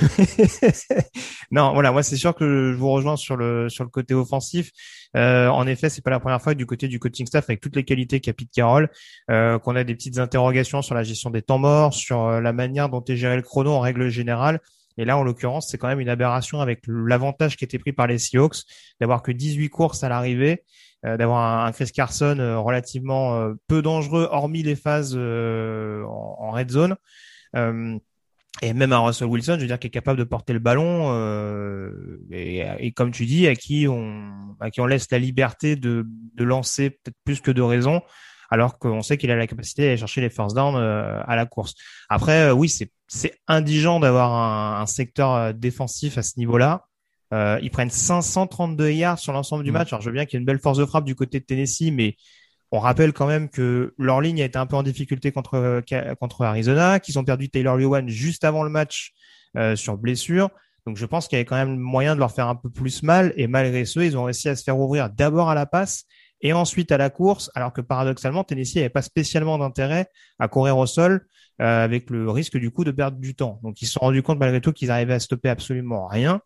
Non, voilà. Moi, c'est sûr que je vous rejoins sur le sur le côté offensif. Euh, en effet, c'est pas la première fois que du côté du coaching staff, avec toutes les qualités qu'a Pete Carroll, euh, qu'on a des petites interrogations sur la gestion des temps morts, sur euh, la manière dont est géré le chrono en règle générale. Et là, en l'occurrence, c'est quand même une aberration avec l'avantage qui était pris par les Seahawks, d'avoir que dix-huit courses à l'arrivée, euh, d'avoir un, un Chris Carson euh, relativement euh, peu dangereux, hormis les phases euh, en, en red zone. Euh, Et même un Russell Wilson, je veux dire, qui est capable de porter le ballon, euh, et, et comme tu dis, à qui on, à qui on laisse la liberté de, de lancer peut-être plus que de raison, alors qu'on sait qu'il a la capacité d'aller chercher les first downs euh, à la course. Après, euh, oui, c'est, c'est indigent d'avoir un, un secteur défensif à ce niveau-là. Euh, ils prennent cinq cent trente-deux yards sur l'ensemble du match. Alors, je veux bien qu'il y ait une belle force de frappe du côté de Tennessee, mais on rappelle quand même que leur ligne a été un peu en difficulté contre contre Arizona, qu'ils ont perdu Taylor Lewan juste avant le match euh, sur blessure. Donc je pense qu'il y avait quand même moyen de leur faire un peu plus mal, et malgré ce, ils ont réussi à se faire ouvrir d'abord à la passe et ensuite à la course, alors que paradoxalement Tennessee n'avait pas spécialement d'intérêt à courir au sol, euh, avec le risque du coup de perdre du temps. Donc ils se sont rendus compte malgré tout qu'ils arrivaient à stopper absolument rien.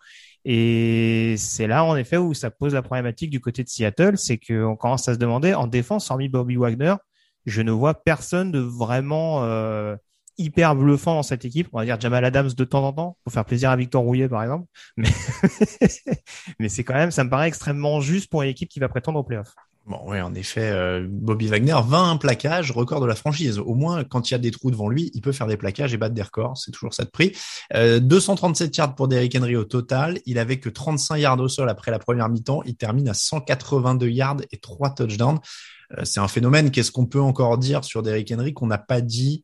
Et c'est là, en effet, où ça pose la problématique du côté de Seattle, c'est qu'on commence à se demander, en défense, hormis Bobby Wagner, je ne vois personne de vraiment euh, hyper bluffant dans cette équipe. On va dire Jamal Adams de temps en temps, pour faire plaisir à Victor Rouillet, par exemple. Mais, mais c'est quand même, ça me paraît extrêmement juste pour une équipe qui va prétendre aux playoffs. Bon, oui, en effet, euh, Bobby Wagner, vingt plaquages, record de la franchise. Au moins, quand il y a des trous devant lui, il peut faire des plaquages et battre des records. C'est toujours ça de prix. Euh, deux cent trente-sept yards pour Derrick Henry au total. Il avait que trente-cinq yards au sol après la première mi-temps. Il termine à cent quatre-vingt-deux yards et trois touchdowns. Euh, c'est un phénomène. Qu'est-ce qu'on peut encore dire sur Derrick Henry qu'on n'a pas dit?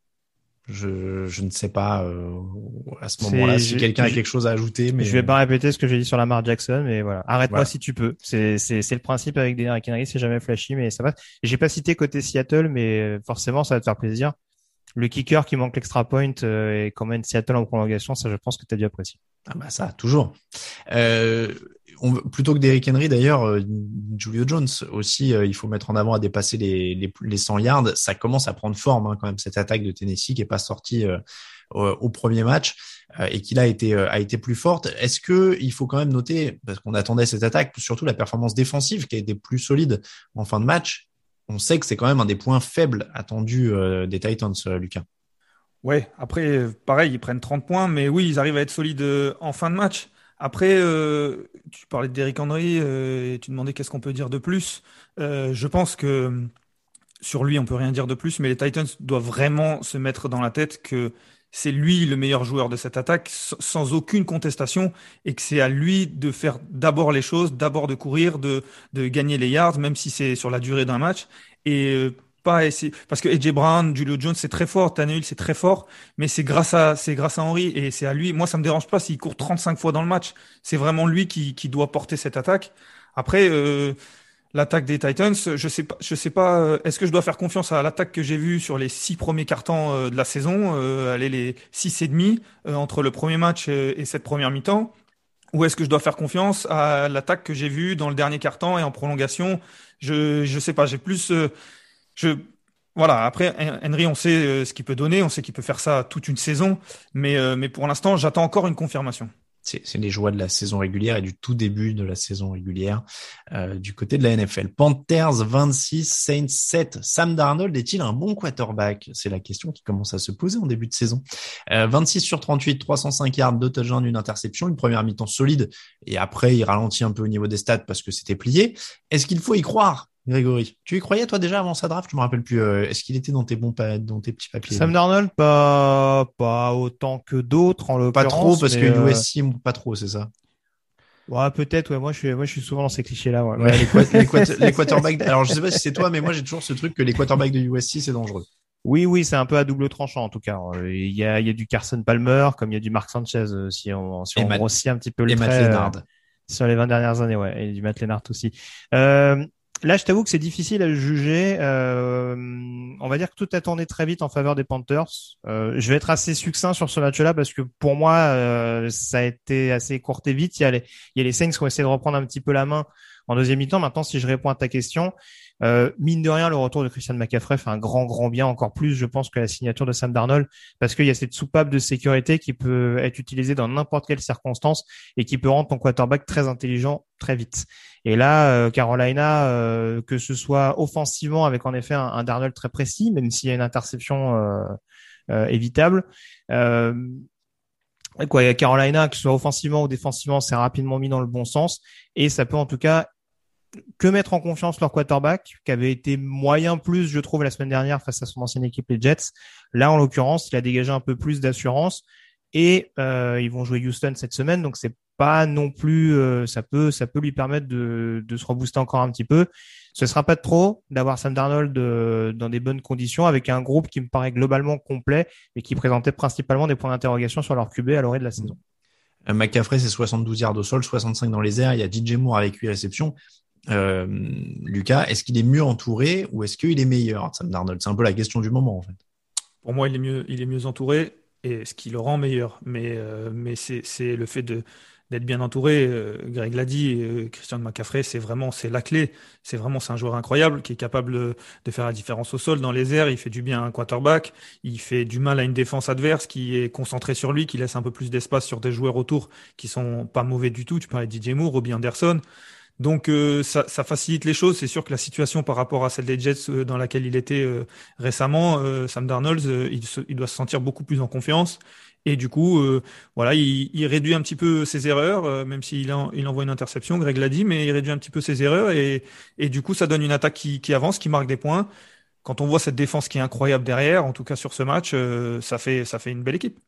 Je, je ne sais pas euh, à ce moment-là si je, quelqu'un je, a quelque chose à ajouter. Mais je vais pas répéter ce que j'ai dit sur Lamar Jackson, mais voilà. Arrête-moi voilà. Si tu peux. C'est, c'est, c'est le principe avec Derrick Henry, c'est jamais flashy, mais ça passe. J'ai pas cité côté Seattle, mais forcément ça va te faire plaisir. Le kicker qui manque l'extra point euh, et qu'on mène Seattle en prolongation, ça je pense que tu as dû apprécier. Ah bah ça, toujours. Euh, on, plutôt que Derrick Henry d'ailleurs, euh, Julio Jones aussi, euh, il faut mettre en avant à dépasser les, les, les cent yards. Ça commence à prendre forme hein, quand même cette attaque de Tennessee qui est pas sortie euh, euh, au premier match euh, et qu'il a été euh, a été plus forte. Est-ce que il faut quand même noter, parce qu'on attendait cette attaque, surtout la performance défensive qui a été plus solide en fin de match. On sait que c'est quand même un des points faibles attendus euh, des Titans, euh, Lucas. Ouais, après, pareil, ils prennent trente points, mais oui, ils arrivent à être solides euh, en fin de match. Après, euh, tu parlais de Derrick Henry euh, et tu demandais qu'est-ce qu'on peut dire de plus. Euh, je pense que sur lui, on peut rien dire de plus, mais les Titans doivent vraiment se mettre dans la tête que c'est lui le meilleur joueur de cette attaque, sans aucune contestation, et que c'est à lui de faire d'abord les choses, d'abord de courir, de, de gagner les yards, même si c'est sur la durée d'un match. Et euh, pas essayer, parce que A J Brown, Julio Jones, c'est très fort, Tannehill, c'est très fort, mais c'est grâce à, c'est grâce à Henry, et c'est à lui. Moi, ça me dérange pas s'il court trente-cinq fois dans le match. C'est vraiment lui qui, qui doit porter cette attaque. Après, euh, l'attaque des Titans, je sais pas, je sais pas. euh, Est-ce que je dois faire confiance à l'attaque que j'ai vue sur les six premiers quartans euh, de la saison, euh, aller les six et demi euh, entre le premier match euh, et cette première mi-temps, ou est-ce que je dois faire confiance à l'attaque que j'ai vue dans le dernier quart-temps et en prolongation? Je je sais pas. J'ai plus euh, je Voilà. Après, Henry, on sait euh, ce qu'il peut donner, on sait qu'il peut faire ça toute une saison, mais euh, mais pour l'instant, j'attends encore une confirmation. C'est, c'est les joies de la saison régulière et du tout début de la saison régulière euh, du côté de la N F L. Panthers vingt-six, Saints sept. Sam Darnold est-il un bon quarterback? C'est la question qui commence à se poser en début de saison. Euh, vingt-six sur trente-huit, trois cent cinq yards, deux touchdowns, une interception, une première mi-temps solide. Et après, il ralentit un peu au niveau des stats parce que c'était plié. Est-ce qu'il faut y croire, Grégory? Tu y croyais toi déjà avant sa draft? Je me rappelle plus. Euh, est-ce qu'il était dans tes bons pa- dans tes petits papiers? Sam Darnold, pas pas autant que d'autres en l'occurrence. Pas trop parce mais, que euh... U S C pas trop, c'est ça? Ouais, peut-être. Ouais, moi je suis moi je suis souvent dans ces clichés-là. Ouais. Ouais, les, qua- les, qua- les quarterbacks. Alors je sais pas si c'est toi, mais moi j'ai toujours ce truc que les quarterbacks de U S C c'est dangereux. Oui, oui, c'est un peu à double tranchant en tout cas. Il y a il y a du Carson Palmer comme il y a du Mark Sanchez euh, si on si Et on Matt- grossit un petit peu le et trait. Matt Lennard. Euh, sur les vingt dernières années, ouais, et du Matt Lennard aussi. Euh, Là, je t'avoue que c'est difficile à juger. Euh, on va dire que tout a tourné très vite en faveur des Panthers. Euh, je vais être assez succinct sur ce match-là parce que pour moi, euh, ça a été assez court et vite. Il y a les, il y a les Saints qui ont essayé de reprendre un petit peu la main en deuxième mi-temps. Maintenant, si je réponds à ta question, euh, mine de rien, le retour de Christian McCaffrey fait un grand, grand bien, encore plus, je pense, que la signature de Sam Darnold, parce qu'il y a cette soupape de sécurité qui peut être utilisée dans n'importe quelle circonstance et qui peut rendre ton quarterback très intelligent très vite. Et là, euh, Carolina, euh, que ce soit offensivement avec en effet un, un Darnold très précis, même s'il y a une interception euh, euh, évitable, euh, quoi, Carolina, que ce soit offensivement ou défensivement, c'est rapidement mis dans le bon sens et ça peut en tout cas que mettre en confiance leur quarterback, qui avait été moyen plus, je trouve, la semaine dernière face à son ancienne équipe, les Jets. Là, en l'occurrence, il a dégagé un peu plus d'assurance et euh, ils vont jouer Houston cette semaine, donc c'est pas non plus, euh, ça peut, ça peut lui permettre de, de se rebooster encore un petit peu. Ce sera pas de trop d'avoir Sam Darnold euh, dans des bonnes conditions avec un groupe qui me paraît globalement complet et qui présentait principalement des points d'interrogation sur leur Q B à l'orée de la saison. McCaffrey, c'est soixante-douze yards au sol, soixante-cinq dans les airs. Il y a D J Moore avec huit réceptions. Euh, Lucas, est-ce qu'il est mieux entouré ou est-ce qu'il est meilleur, Sam Darnold? C'est un peu la question du moment, en fait. Pour moi, il est mieux, il est mieux entouré et ce qui le rend meilleur. Mais, euh, mais c'est, c'est le fait de, d'être bien entouré. Euh, Greg l'a dit, euh, Christian McCaffrey, c'est vraiment, c'est la clé. C'est vraiment, c'est un joueur incroyable qui est capable de faire la différence au sol, dans les airs. Il fait du bien à un quarterback. Il fait du mal à une défense adverse qui est concentrée sur lui, qui laisse un peu plus d'espace sur des joueurs autour qui sont pas mauvais du tout. Tu parlais de D J Moore, Robbie Anderson. Donc euh, ça, ça facilite les choses. C'est sûr que la situation par rapport à celle des Jets euh, dans laquelle il était euh, récemment, euh, Sam Darnold, euh, il, se, il doit se sentir beaucoup plus en confiance. Et du coup, euh, voilà, il, il réduit un petit peu ses erreurs, euh, même s'il en, il envoie une interception, Greg l'a dit, mais il réduit un petit peu ses erreurs. Et, et du coup, ça donne une attaque qui, qui avance, qui marque des points. Quand on voit cette défense qui est incroyable derrière, en tout cas sur ce match, euh, ça fait, ça fait une belle équipe.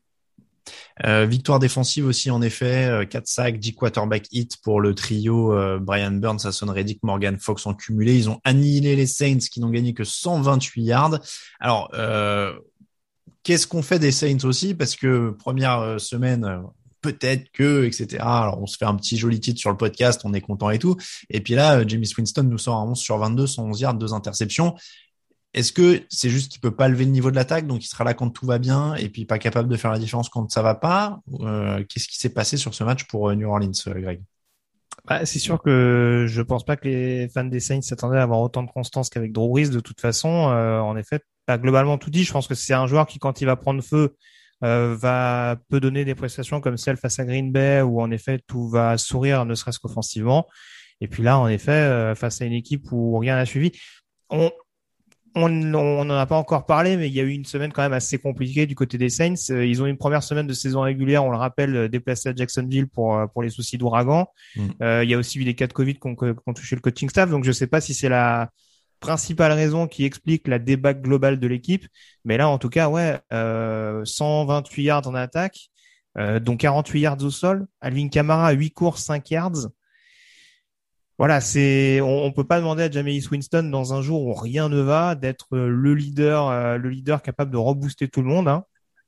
Euh, victoire défensive aussi en effet, euh, quatre sacs, dix quarterback hits pour le trio euh, Brian Burns, Hassan Reddick, Morgan Fox en cumulé. Ils ont annihilé les Saints qui n'ont gagné que cent vingt-huit yards. Alors, euh, qu'est-ce qu'on fait des Saints aussi? Parce que première euh, semaine, euh, peut-être que, et cetera. Alors, on se fait un petit joli titre sur le podcast, on est content et tout. Et puis là, euh, Jameis Winston nous sort un onze sur vingt-deux, cent onze yards, deux interceptions. Est-ce que c'est juste qu'il peut pas lever le niveau de l'attaque, donc il sera là quand tout va bien et puis pas capable de faire la différence quand ça va pas? euh, Qu'est-ce qui s'est passé sur ce match pour New Orleans, Greg? Bah, c'est sûr que je pense pas que les fans des Saints s'attendaient à avoir autant de constance qu'avec Drew Brees de toute façon. Euh, en effet, t'as globalement tout dit. Je pense que c'est un joueur qui, quand il va prendre feu, euh, va peut donner des prestations comme celle face à Green Bay où en effet tout va sourire, ne serait-ce qu'offensivement. Et puis là, en effet, euh, face à une équipe où rien n'a suivi, on on on n'en a pas encore parlé, mais il y a eu une semaine quand même assez compliquée du côté des Saints. Ils ont eu une première semaine de saison régulière, on le rappelle, déplacée à Jacksonville pour pour les soucis d'ouragan. Mm. Euh, il y a aussi eu des cas de Covid qui ont, qui ont touché le coaching staff, donc je sais pas si c'est la principale raison qui explique la débâcle globale de l'équipe, mais là en tout cas ouais, euh, cent vingt-huit yards en attaque, euh, dont quarante-huit yards au sol. Alvin Kamara huit courses, cinq yards. Voilà, c'est on, on peut pas demander à Jameis Winston dans un jour où rien ne va d'être le leader, euh, le leader capable de rebooster tout le monde. Hein.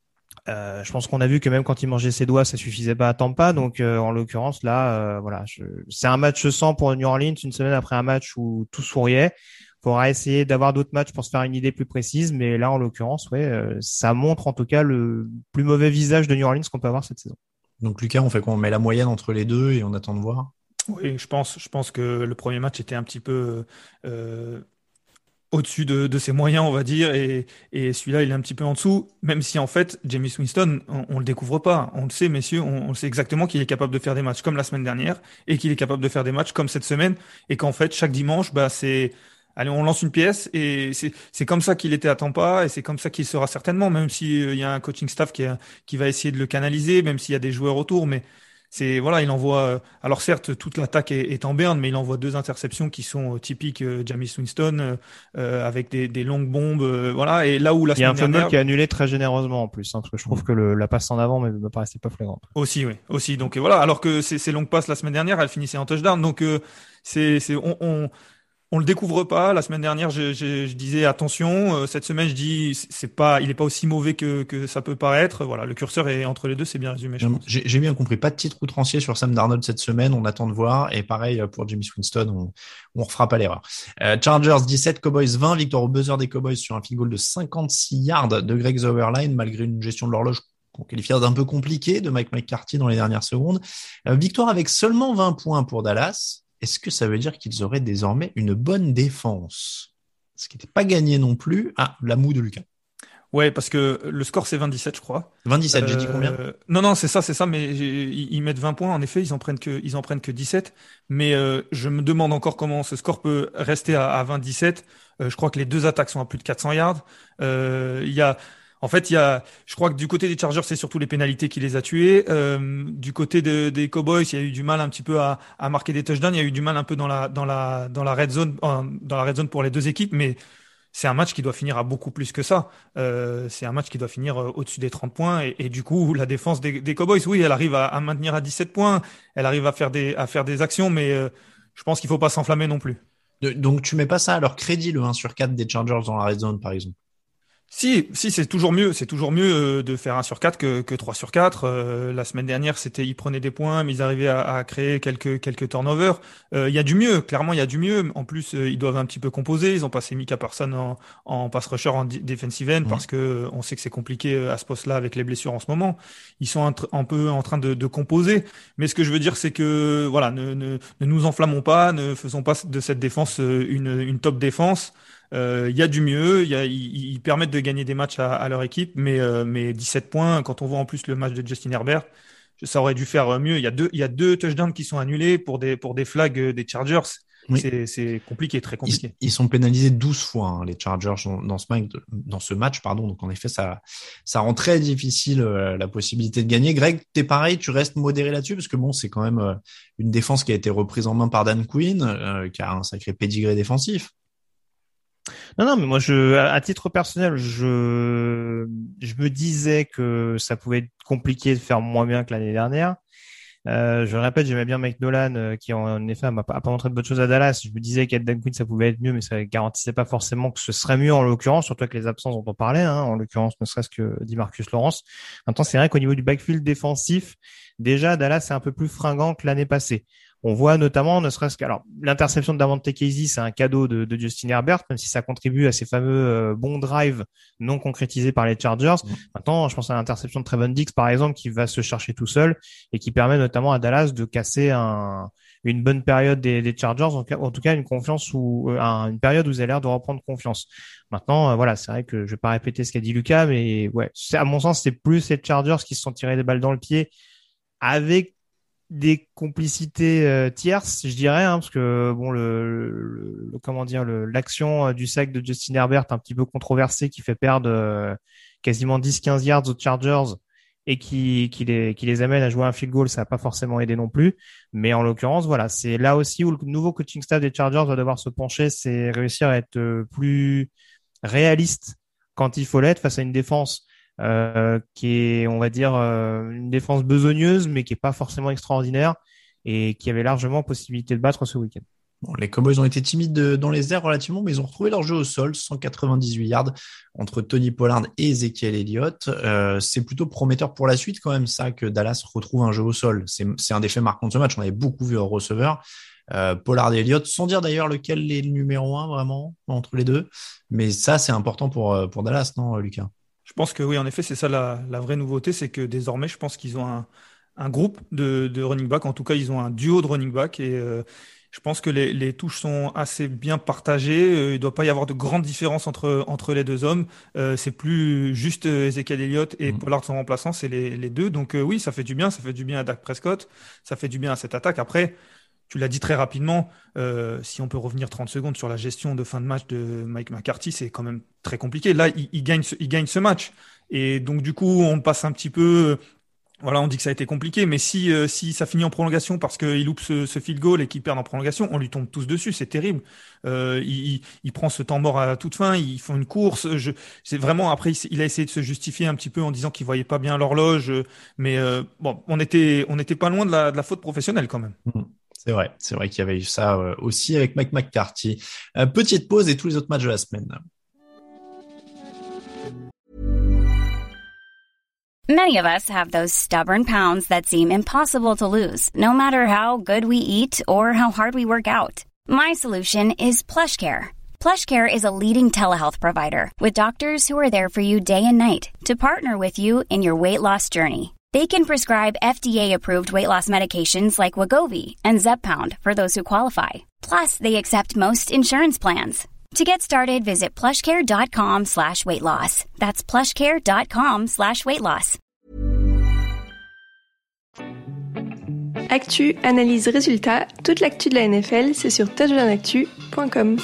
Euh, je pense qu'on a vu que même quand il mangeait ses doigts, ça suffisait pas à Tampa. Donc euh, en l'occurrence là, euh, voilà, je, c'est un match sans pour New Orleans, une semaine après un match où tout souriait. Faudra essayer d'avoir d'autres matchs pour se faire une idée plus précise, mais là en l'occurrence, ouais, euh, ça montre en tout cas le plus mauvais visage de New Orleans qu'on peut avoir cette saison. Donc Lucas, on fait quoi? On met la moyenne entre les deux et on attend de voir. Oui, je pense, je pense que le premier match était un petit peu euh, au-dessus de, de ses moyens, on va dire, et, et celui-là, il est un petit peu en dessous, même si en fait, Jameis Winston, on, on le découvre pas. On le sait, messieurs, on, on sait exactement qu'il est capable de faire des matchs comme la semaine dernière, et qu'il est capable de faire des matchs comme cette semaine, et qu'en fait, chaque dimanche, bah, c'est, allez, on lance une pièce, et c'est, c'est comme ça qu'il était à Tampa, et c'est comme ça qu'il sera certainement, même s'il euh, y a un coaching staff qui, a, qui va essayer de le canaliser, même s'il y a des joueurs autour, mais c'est voilà, il envoie. Alors certes, toute l'attaque est, est en berne, mais il envoie deux interceptions qui sont typiques euh, Jameis Winston, euh, avec des, des longues bombes, euh, voilà. Et là où la il y a un fumble qui est annulé très généreusement en plus, hein, parce que je trouve que le, la passe en avant me, me paraissait pas flagrante. Aussi, oui, aussi. Donc voilà, alors que ces, ces longues passes la semaine dernière, elles finissaient en touchdown. Donc euh, c'est c'est on, on on le découvre pas. La semaine dernière, je, je, je disais attention. Euh, cette semaine, je dis c'est pas, il est pas aussi mauvais que que ça peut paraître. Voilà, le curseur est entre les deux, c'est bien résumé. Je pense. J'ai, j'ai bien compris. Pas de titre outrancier sur Sam Darnold cette semaine. On attend de voir. Et pareil pour Jameis Winston, on on refera pas l'erreur. Euh, Chargers dix-sept, Cowboys vingt. Victoire au buzzer des Cowboys sur un field goal de cinquante-six yards de Greg Zuerlein, malgré une gestion de l'horloge qu'on qualifie d'un peu compliquée de Mike McCarthy dans les dernières secondes. Euh, victoire avec seulement vingt points pour Dallas. Est-ce que ça veut dire qu'ils auraient désormais une bonne défense? Ce qui n'était pas gagné non plus. Ah, la moue de Lucas. Ouais, parce que le score c'est vingt-dix-sept, je crois. vingt-dix-sept, euh, j'ai dit combien? Non, non, c'est ça, c'est ça, mais ils, ils mettent vingt points. En effet, ils en prennent que, ils en prennent que dix-sept. Mais euh, je me demande encore comment ce score peut rester à, à vingt dix-sept. Euh, je crois que les deux attaques sont à plus de quatre cents yards. Euh, Il y a En fait, il y a, je crois que du côté des Chargers, c'est surtout les pénalités qui les a tués. Euh, du côté de, des Cowboys, il y a eu du mal un petit peu à, à marquer des touchdowns. Il y a eu du mal un peu dans la, dans la, dans la red zone, dans la red zone pour les deux équipes. Mais c'est un match qui doit finir à beaucoup plus que ça. Euh, c'est un match qui doit finir au-dessus des trente points. Et, et du coup, la défense des, des Cowboys, oui, elle arrive à, à maintenir à dix-sept points. Elle arrive à faire des, à faire des actions, mais euh, je pense qu'il faut pas s'enflammer non plus. Donc, tu mets pas ça à leur crédit, le un sur quatre des Chargers dans la red zone, par exemple? Si, si, c'est toujours mieux. C'est toujours mieux de faire un sur quatre que, que trois sur quatre. Euh, la semaine dernière, c'était, ils prenaient des points, mais ils arrivaient à, à créer quelques, quelques turnovers. Euh, il y a du mieux. Clairement, il y a du mieux. En plus, euh, ils doivent un petit peu composer. Ils ont passé Micah Parsons en, en pass rusher, en defensive end, mmh. parce que on sait que c'est compliqué à ce poste-là avec les blessures en ce moment. Ils sont un, un peu en train de, de composer. Mais ce que je veux dire, c'est que, voilà, ne, ne, ne nous enflammons pas, ne faisons pas de cette défense une, une top défense. Il euh, y a du mieux, y a, ils, ils permettent de gagner des matchs à, à leur équipe, mais, euh, mais dix-sept points, quand on voit en plus le match de Justin Herbert, ça aurait dû faire mieux. Il y a deux, il y a deux touchdowns qui sont annulés pour des, pour des flags des Chargers. Oui. C'est, c'est compliqué, très compliqué. Ils, ils sont pénalisés douze fois, hein, les Chargers, dans ce match, dans ce match, pardon. Donc, en effet, ça, ça rend très difficile euh, la possibilité de gagner. Greg, t'es pareil, tu restes modéré là-dessus parce que bon, c'est quand même euh, une défense qui a été reprise en main par Dan Quinn, euh, qui a un sacré pédigré défensif. Non, non, mais moi, je, à titre personnel, je, je me disais que ça pouvait être compliqué de faire moins bien que l'année dernière. Euh, je le répète, j'aimais bien Mike Nolan, euh, qui en, en effet n'a pas, pas montré de bonnes choses à Dallas. Je me disais qu'avec Dan Quinn, ça pouvait être mieux, mais ça garantissait pas forcément que ce serait mieux en l'occurrence, surtout avec les absences dont on parlait, hein, en l'occurrence, ne serait-ce que DeMarcus Lawrence. Maintenant, c'est vrai qu'au niveau du backfield défensif, déjà, Dallas c'est un peu plus fringant que l'année passée. On voit notamment, ne serait-ce que, alors, l'interception de Davante Casey, c'est un cadeau de, de Justin Herbert, même si ça contribue à ces fameux euh, bons drives non concrétisés par les Chargers. Mmh. Maintenant, je pense à l'interception de Trevon Diggs, par exemple, qui va se chercher tout seul et qui permet notamment à Dallas de casser un, une bonne période des, des Chargers, en, en tout cas une confiance ou euh, une période où ils avaient l'air de reprendre confiance. Maintenant, euh, voilà, c'est vrai que je vais pas répéter ce qu'a dit Lucas, mais ouais, c'est, à mon sens, c'est plus les Chargers qui se sont tirés des balles dans le pied avec des complicités euh, tierces, je dirais, hein, parce que bon, le, le, le comment dire, le, l'action euh, du sac de Justin Herbert un petit peu controversée qui fait perdre euh, quasiment dix quinze yards aux Chargers et qui, qui les, qui les amène à jouer un field goal, ça n'a pas forcément aidé non plus. Mais en l'occurrence, voilà, c'est là aussi où le nouveau coaching staff des Chargers va devoir se pencher, c'est réussir à être euh, plus réaliste quand il faut l'être face à une défense Euh, qui est, on va dire, euh, une défense besogneuse, mais qui est pas forcément extraordinaire et qui avait largement possibilité de battre ce week-end. Bon, les Cowboys ont été timides de, dans les airs relativement, mais ils ont retrouvé leur jeu au sol, cent quatre-vingt-dix-huit yards entre Tony Pollard et Ezekiel Elliott. Euh, c'est plutôt prometteur pour la suite quand même, ça, que Dallas retrouve un jeu au sol. C'est, c'est un des faits marquants de ce match. On avait beaucoup vu en receveur. Euh, Pollard et Elliott, sans dire d'ailleurs lequel est le numéro un vraiment entre les deux. Mais ça, c'est important pour, pour Dallas, non, Lucas? Je pense que oui, en effet, c'est ça la, la vraie nouveauté, c'est que désormais, je pense qu'ils ont un, un groupe de, de running back. En tout cas, ils ont un duo de running back et euh, je pense que les, les touches sont assez bien partagées. Euh, il ne doit pas y avoir de grandes différences entre, entre les deux hommes. Euh, c'est plus juste Ezekiel Elliott et mmh. Pollard son remplaçant, c'est les, les deux. Donc euh, oui, ça fait du bien, ça fait du bien à Dak Prescott, ça fait du bien à cette attaque. Après, tu l'as dit très rapidement, euh, si on peut revenir trente secondes sur la gestion de fin de match de Mike McCarthy, c'est quand même très compliqué. Là, il, il, gagne, ce, il gagne ce match. Et donc, du coup, on passe un petit peu... Voilà, on dit que ça a été compliqué, mais si euh, si ça finit en prolongation parce qu'il loupe ce, ce field goal et qu'il perd en prolongation, on lui tombe tous dessus, c'est terrible. Euh, il, il, il prend ce temps mort à toute fin, ils font une course. Je, c'est vraiment après, il, il a essayé de se justifier un petit peu en disant qu'il voyait pas bien l'horloge, mais euh, bon, on était on était pas loin de la, de la faute professionnelle quand même. Mmh. C'est vrai, c'est vrai qu'il y avait eu ça euh, aussi avec Mike McCarthy. Euh, petite pause et tous les autres matchs de la semaine. Many of us have those stubborn pounds that seem impossible to lose, no matter how good we eat or how hard we work out. My solution is PlushCare. PlushCare is a leading telehealth provider with doctors who are there for you day and night to partner with you in your weight loss journey. They can prescribe F D A-approved weight loss medications like Wegovy and Zepbound for those who qualify. Plus, they accept most insurance plans. To get started, visit plushcare.com slash weight loss. That's plushcare.com slash weight loss. Actu, analyse, résultat, toute l'actu de la N F L, c'est sur touchdown actu point com.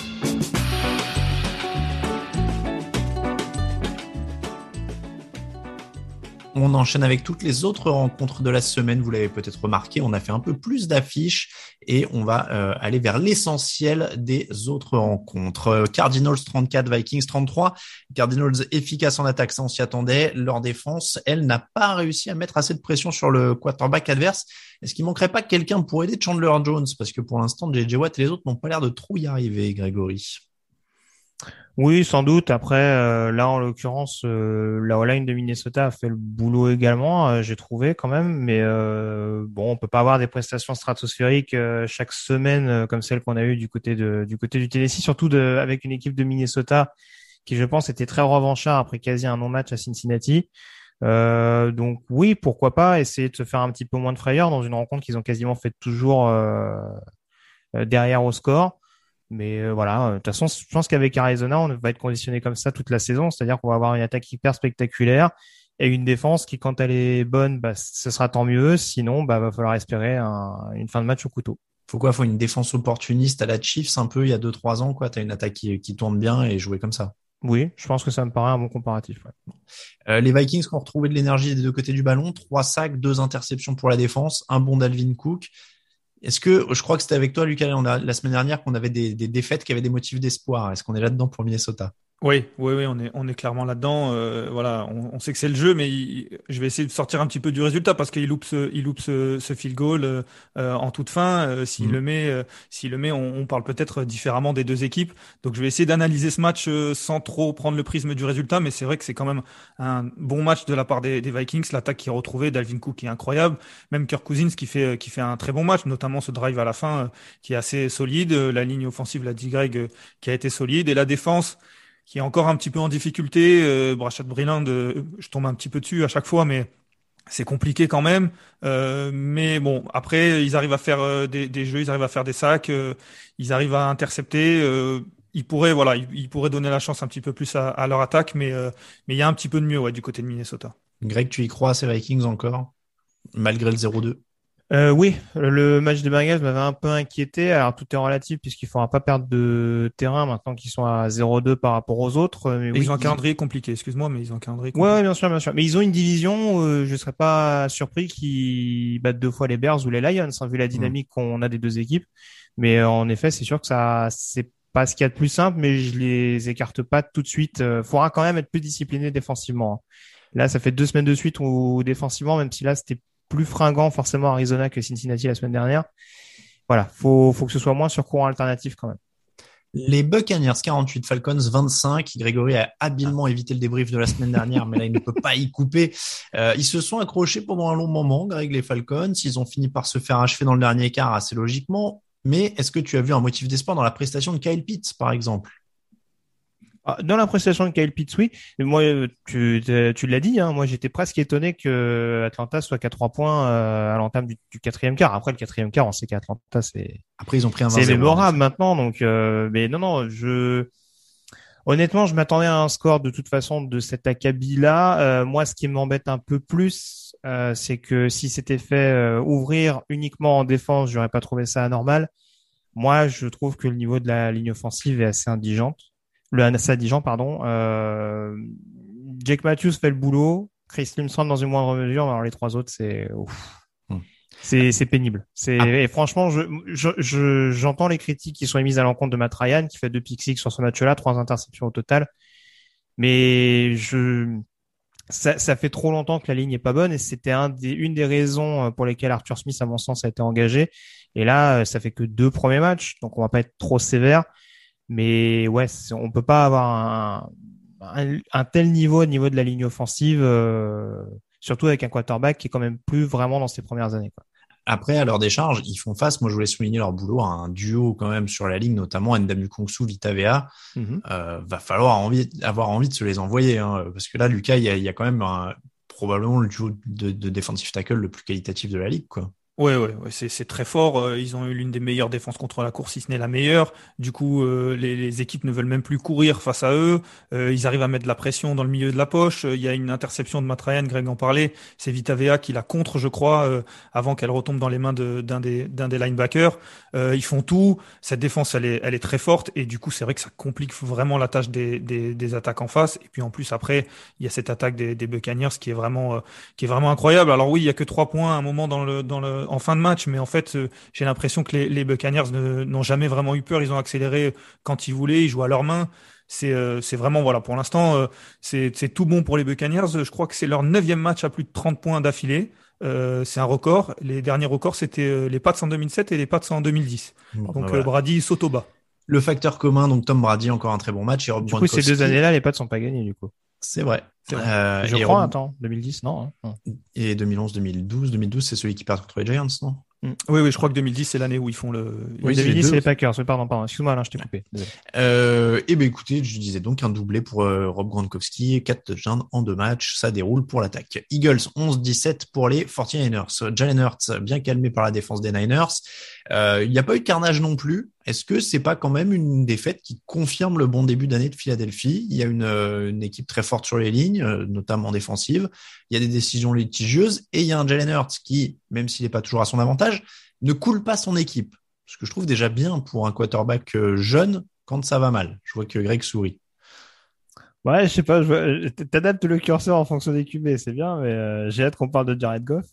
On enchaîne avec toutes les autres rencontres de la semaine. Vous l'avez peut-être remarqué, on a fait un peu plus d'affiches et on va euh, aller vers l'essentiel des autres rencontres. Cardinals trente-quatre, Vikings trente-trois. Cardinals efficaces en attaque, ça on s'y attendait. Leur défense, elle, n'a pas réussi à mettre assez de pression sur le quarterback adverse. Est-ce qu'il manquerait pas quelqu'un pour aider Chandler Jones? Parce que pour l'instant, J J Watt et les autres n'ont pas l'air de trop y arriver, Grégory. Oui, sans doute. Après, euh, là, en l'occurrence, euh, la O-line de Minnesota a fait le boulot également, euh, j'ai trouvé quand même. Mais euh, bon, on peut pas avoir des prestations stratosphériques euh, chaque semaine euh, comme celle qu'on a eue du côté de du côté du Tennessee, surtout de, avec une équipe de Minnesota qui, je pense, était très revanchard après quasi un non-match à Cincinnati. Euh, donc oui, pourquoi pas essayer de se faire un petit peu moins de frayeur dans une rencontre qu'ils ont quasiment fait toujours euh, derrière au score. Mais euh, voilà, de toute façon, je pense qu'avec Arizona, on va être conditionné comme ça toute la saison, c'est-à-dire qu'on va avoir une attaque hyper spectaculaire et une défense qui, quand elle est bonne, bah, ce sera tant mieux. Sinon, bah, va falloir espérer un, une fin de match au couteau. Faut quoi? Faut une défense opportuniste à la Chiefs un peu il y a deux trois ans, quoi. T'as une attaque qui, qui tourne bien et jouer comme ça. Oui, je pense que ça me paraît un bon comparatif. Ouais. Euh, les Vikings qui ont retrouvé de l'énergie des deux côtés du ballon, trois sacs, deux interceptions pour la défense, un bon Dalvin Cook. Est-ce que, je crois que c'était avec toi, Lucas, on a, la semaine dernière, qu'on avait des, des défaites qui avaient des motifs d'espoir. Est-ce qu'on est là-dedans pour Minnesota? Oui, oui, oui, on est, on est clairement là-dedans. Euh, voilà, on, on sait que c'est le jeu, mais il, je vais essayer de sortir un petit peu du résultat parce qu'il loupe ce, il loupe ce, ce field goal euh, en toute fin. Euh, s'il mmh. le met, euh, s'il le met, on, on parle peut-être différemment des deux équipes. Donc, je vais essayer d'analyser ce match euh, sans trop prendre le prisme du résultat, mais c'est vrai que c'est quand même un bon match de la part des, des Vikings. L'attaque qui est retrouvée, Dalvin Cook qui est incroyable, même Kirk Cousins qui fait, qui fait un très bon match, notamment ce drive à la fin euh, qui est assez solide. La ligne offensive, l'a dit Greg, euh, qui a été solide, et la défense qui est encore un petit peu en difficulté. Euh, Brashad Breeland, euh, je tombe un petit peu dessus à chaque fois, mais c'est compliqué quand même. Euh, mais bon, après, ils arrivent à faire euh, des, des jeux, ils arrivent à faire des sacs, euh, ils arrivent à intercepter. Euh, ils pourraient, voilà, ils, ils pourraient donner la chance un petit peu plus à, à leur attaque, mais euh, mais il y a un petit peu de mieux, ouais, du côté de Minnesota. Greg, tu y crois à ces Vikings encore, malgré le zéro deux? Euh, oui, le match des Bengals m'avait un peu inquiété. Alors tout est relatif puisqu'il ne faudra pas perdre de terrain maintenant qu'ils sont à zéro deux par rapport aux autres. Mais oui, ils ont un ils... calendrier compliqué, excuse-moi, mais ils ont un calendrier compliqué. Ouais, ouais, bien sûr, bien sûr. Mais ils ont une division, euh, je ne serais pas surpris qu'ils battent deux fois les Bears ou les Lions, hein, vu la dynamique mmh. qu'on a des deux équipes. Mais euh, en effet, c'est sûr que ça, c'est pas ce qu'il y a de plus simple, mais je les écarte pas tout de suite. Euh, faudra quand même être plus discipliné défensivement. Hein. Là, ça fait deux semaines de suite où défensivement, même si là c'était plus fringant forcément Arizona que Cincinnati la semaine dernière. Voilà, faut faut que ce soit moins sur courant alternatif quand même. Les Buccaneers quarante-huit, Falcons vingt-cinq. Grégory a habilement évité le débrief de la semaine dernière, mais là il ne peut pas y couper. Euh, ils se sont accrochés pendant un long moment, Greg, les Falcons. Ils ont fini par se faire achever dans le dernier quart assez logiquement. Mais est-ce que tu as vu un motif d'espoir dans la prestation de Kyle Pitts, par exemple? Dans la prestation de Kyle Pitts, oui. Moi, tu, tu l'as dit, hein, moi j'étais presque étonné que Atlanta soit qu'à trois points euh, à l'entame du, du quatrième quart. Après le quatrième quart, on sait qu'Atlanta c'est. Après ils ont pris un vingt zéro. C'est mémorable maintenant, donc. Euh, mais non, non, je. Honnêtement, je m'attendais à un score de toute façon de cet acabit-là. Euh, moi, ce qui m'embête un peu plus, euh, c'est que si c'était fait euh, ouvrir uniquement en défense, j'aurais pas trouvé ça anormal. Moi, je trouve que le niveau de la ligne offensive est assez indigente. Le assez indigent, pardon. Euh, Jake Matthews fait le boulot. Chris Limson dans une moindre mesure. Alors les trois autres, c'est ouf. Hmm. C'est c'est pénible. C'est ah. Et franchement, je je je j'entends les critiques qui sont émises à l'encontre de Matt Ryan, qui fait deux pick six sur ce match-là, trois interceptions au total. Mais je ça ça fait trop longtemps que la ligne est pas bonne et c'était un des une des raisons pour lesquelles Arthur Smith, à mon sens, a été engagé. Et là, ça fait que deux premiers matchs, donc on va pas être trop sévère. Mais ouais, on peut pas avoir un, un, un tel niveau au niveau de la ligne offensive, euh, surtout avec un quarterback qui est quand même plus vraiment dans ses premières années, quoi. Après, à leur décharge, ils font face, moi je voulais souligner leur boulot, à un duo quand même sur la ligne, notamment Ndamukongsu, Vita Vea. Mm-hmm. Euh, va falloir envie, avoir envie de se les envoyer, hein, parce que là, Lucas, il y a, il y a quand même un, probablement le duo de, de defensive tackle le plus qualitatif de la ligue, quoi. Ouais, ouais, ouais, c'est, c'est très fort. Ils ont eu l'une des meilleures défenses contre la course, si ce n'est la meilleure. Du coup, euh, les, les équipes ne veulent même plus courir face à eux. Euh, ils arrivent à mettre de la pression dans le milieu de la poche. Il y a une interception de Matt Ryan, Greg en parlait. C'est Vita Vea qui la contre, je crois, euh, avant qu'elle retombe dans les mains de, d'un des, d'un des linebackers. Euh, ils font tout. Cette défense, elle est, elle est très forte. Et du coup, c'est vrai que ça complique vraiment la tâche des, des, des attaques en face. Et puis, en plus, après, il y a cette attaque des, des Buccaneers qui est vraiment, euh, qui est vraiment incroyable. Alors oui, il y a que trois points à un moment dans le, dans le, en fin de match, mais en fait, euh, j'ai l'impression que les, les Buccaneers ne, n'ont jamais vraiment eu peur. Ils ont accéléré quand ils voulaient, ils jouent à leurs mains. C'est, euh, c'est vraiment, voilà, pour l'instant, euh, c'est, c'est tout bon pour les Buccaneers. Je crois que c'est leur neuvième match à plus de trente points d'affilée. Euh, c'est un record. Les derniers records, c'était euh, les Pats en deux mille sept et les Pats en deux mille dix. Bon, donc, voilà. euh, Brady saute au bas. Le facteur commun, donc Tom Brady, encore un très bon match. Et Rob du coup, ces deux années-là, les Pats sont pas gagnés, du coup. C'est vrai. C'est vrai. Euh, je crois, Rob... attends, deux mille dix, non, hein. Et deux mille onze, deux mille douze, deux mille douze, c'est celui qui perd contre les Giants, non? Mm. Oui, oui, je crois que deux mille dix, c'est l'année où ils font le. Oui, deux mille dix, c'est les Packers. Pardon, pardon. Excuse-moi, Alain, je t'ai coupé. Euh, et ben, écoutez, je disais donc un doublé pour euh, Rob Gronkowski, quatre touchdowns en deux matchs. Ça déroule pour l'attaque. Eagles, onze dix-sept pour les forty-niners. Jalen Hurts, bien calmé par la défense des Niners. Euh, il n'y a pas eu de carnage non plus. Est-ce que c'est pas quand même une défaite qui confirme le bon début d'année de Philadelphie? Il y a une, une équipe très forte sur les lignes, notamment défensive. Il y a des décisions litigieuses et il y a un Jalen Hurts qui, même s'il n'est pas toujours à son avantage, ne coule pas son équipe. Ce que je trouve déjà bien pour un quarterback jeune quand ça va mal. Je vois que Greg sourit. Ouais, je sais pas, je vois, t'adaptes le curseur en fonction des Q B, c'est bien, mais euh, j'ai hâte qu'on parle de Jared Goff.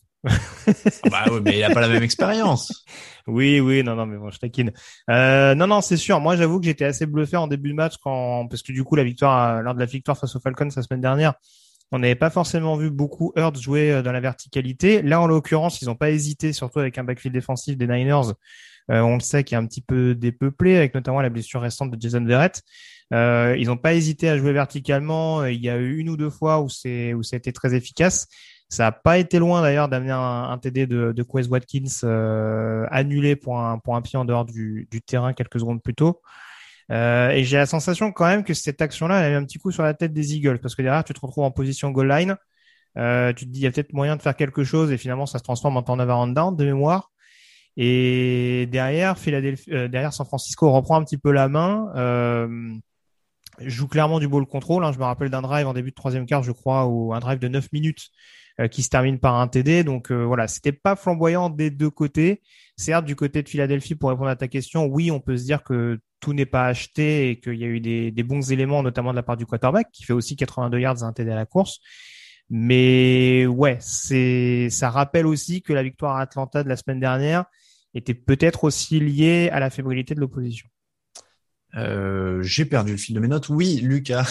Ah bah ouais, mais il a pas la même expérience. Oui, oui, non, non, mais bon, je taquine. Euh, non, non, c'est sûr. Moi, j'avoue que j'étais assez bluffé en début de match quand, parce que du coup, la victoire, lors de la victoire face aux Falcons la semaine dernière, on n'avait pas forcément vu beaucoup Hurts jouer dans la verticalité. Là, en l'occurrence, ils n'ont pas hésité, surtout avec un backfield défensif des Niners. Euh, on le sait, qui est un petit peu dépeuplé, avec notamment la blessure récente de Jason Verrett. Euh, ils n'ont pas hésité à jouer verticalement. Il y a eu une ou deux fois où c'est où ça a été très efficace. Ça n'a pas été loin d'ailleurs d'amener un, un T D de, de Quez Watkins euh, annulé pour un pour un pied en dehors du, du terrain quelques secondes plus tôt. Euh, et j'ai la sensation quand même que cette action-là, elle a eu un petit coup sur la tête des Eagles, parce que derrière tu te retrouves en position goal line. Euh, tu te dis, il y a peut-être moyen de faire quelque chose et finalement, ça se transforme en turnover and down de mémoire. Et derrière, Philadelphie, euh, derrière San Francisco reprend un petit peu la main, euh, joue clairement du ball control. Hein. Je me rappelle d'un drive en début de troisième quart, je crois, ou un drive de neuf minutes euh, qui se termine par un T D. Donc euh, voilà, c'était pas flamboyant des deux côtés. Certes, du côté de Philadelphie, pour répondre à ta question, oui, on peut se dire que tout n'est pas acheté et qu'il y a eu des, des bons éléments, notamment de la part du quarterback, qui fait aussi quatre-vingt-deux yards et un T D à la course. Mais ouais, c'est, ça rappelle aussi que la victoire à Atlanta de la semaine dernière était peut-être aussi liée à la fébrilité de l'opposition. Euh, j'ai perdu le fil de mes notes. Oui, Lucas.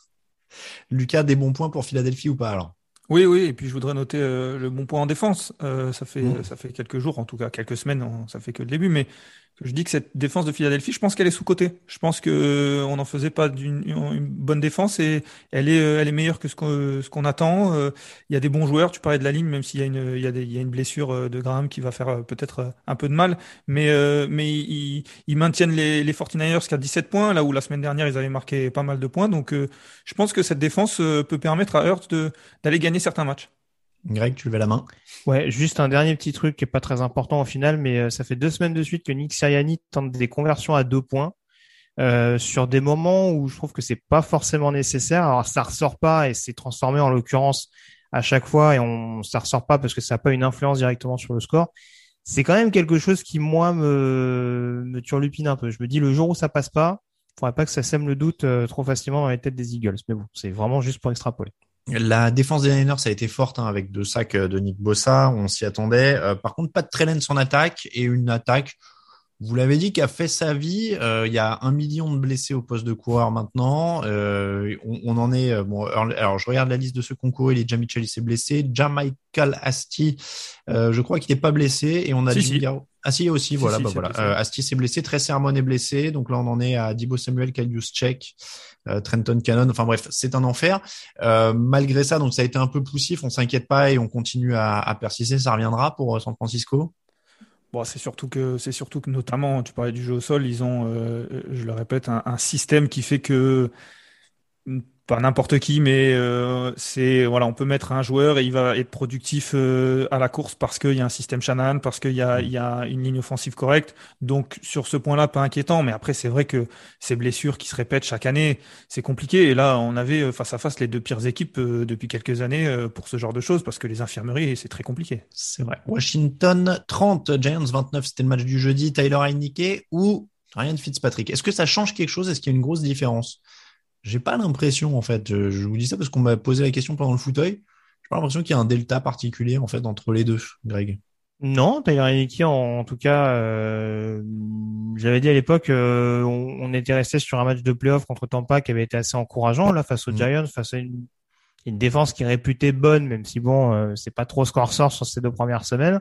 Lucas, des bons points pour Philadelphie ou pas alors? Oui, oui, et puis je voudrais noter euh, le bon point en défense. Euh, ça fait Mmh. ça fait quelques jours, en tout cas quelques semaines, on- ça fait que le début, mais je dis que cette défense de Philadelphie, je pense qu'elle est sous-cotée. Je pense que euh, on n'en faisait pas d'une une bonne défense et elle est euh, elle est meilleure que ce qu'on ce qu'on attend. Euh, Il y a des bons joueurs. Tu parlais de la ligne, même s'il y a une il y a des, il y a une blessure euh, de Graham qui va faire euh, peut-être euh, un peu de mal, mais euh, mais ils, ils maintiennent les les forty-niners qui a dix-sept points, là où la semaine dernière ils avaient marqué pas mal de points. Donc euh, je pense que cette défense euh, peut permettre à Hurts de d'aller gagner certains matchs. Greg, tu levais la main. Ouais, juste un dernier petit truc qui est pas très important au final, mais euh, ça fait deux semaines de suite que Nick Sirianni tente des conversions à deux points euh, sur des moments où je trouve que c'est pas forcément nécessaire. Alors ça ressort pas et c'est transformé en l'occurrence à chaque fois et on ça ressort pas parce que ça n'a pas une influence directement sur le score. C'est quand même quelque chose qui moi me me turlupine un peu. Je me dis le jour où ça passe pas, faudrait pas que ça sème le doute euh, trop facilement dans les têtes des Eagles. Mais bon, c'est vraiment juste pour extrapoler. La défense des Niners a été forte hein, avec deux sacs de Nick Bosa, on s'y attendait. Euh, par contre, pas de Trey Lance en attaque et une attaque, vous l'avez dit, qui a fait sa vie. Euh, il y a un million de blessés au poste de coureur maintenant. Euh, on, on en est bon. Alors, je regarde la liste de ceux qui ont couru. Les Jamie Chalice est blessé, Jamichael Asti, euh, je crois qu'il n'est pas blessé et on a Si, Jimmy si. Garo. Ah si, aussi, Si, voilà, si, bah c'est voilà. blessé. Euh, Asti s'est blessé, Trey Sermon est blessé, donc là on en est à Deebo Samuel, Kalius Check, euh, Trenton Cannon. Enfin bref, c'est un enfer. Euh, malgré ça, donc ça a été un peu poussif. On s'inquiète pas et on continue à, à persister. Ça reviendra pour San Francisco. Bon, c'est surtout que c'est surtout que notamment, tu parlais du jeu au sol, ils ont, euh, je le répète, un, un système qui fait que pas n'importe qui, mais euh, c'est voilà, on peut mettre un joueur et il va être productif euh, à la course parce qu'il y a un système Shanahan, parce qu'il y a il y a une ligne offensive correcte. Donc sur ce point-là, pas inquiétant. Mais après, c'est vrai que ces blessures qui se répètent chaque année, c'est compliqué. Et là, on avait face à face les deux pires équipes euh, depuis quelques années euh, pour ce genre de choses parce que les infirmeries, c'est très compliqué. C'est vrai. Washington trente, Giants vingt-neuf, c'était le match du jeudi. Tyler Heinicke ou Ryan Fitzpatrick. Est-ce que ça change quelque chose? Est-ce qu'il y a une grosse différence? J'ai pas l'impression, en fait. Je, je vous dis ça parce qu'on m'a posé la question pendant le fauteuil. J'ai pas l'impression qu'il y a un delta particulier, en fait, entre les deux, Greg. Non, Tyler Heinicke, en, en tout cas, euh, j'avais dit à l'époque, euh, on, on était resté sur un match de playoff contre Tampa qui avait été assez encourageant, là, face aux Mmh. Giants, face à une, une défense qui est réputée bonne, même si bon, euh, c'est pas trop ce qu'on ressort sur ces deux premières semaines.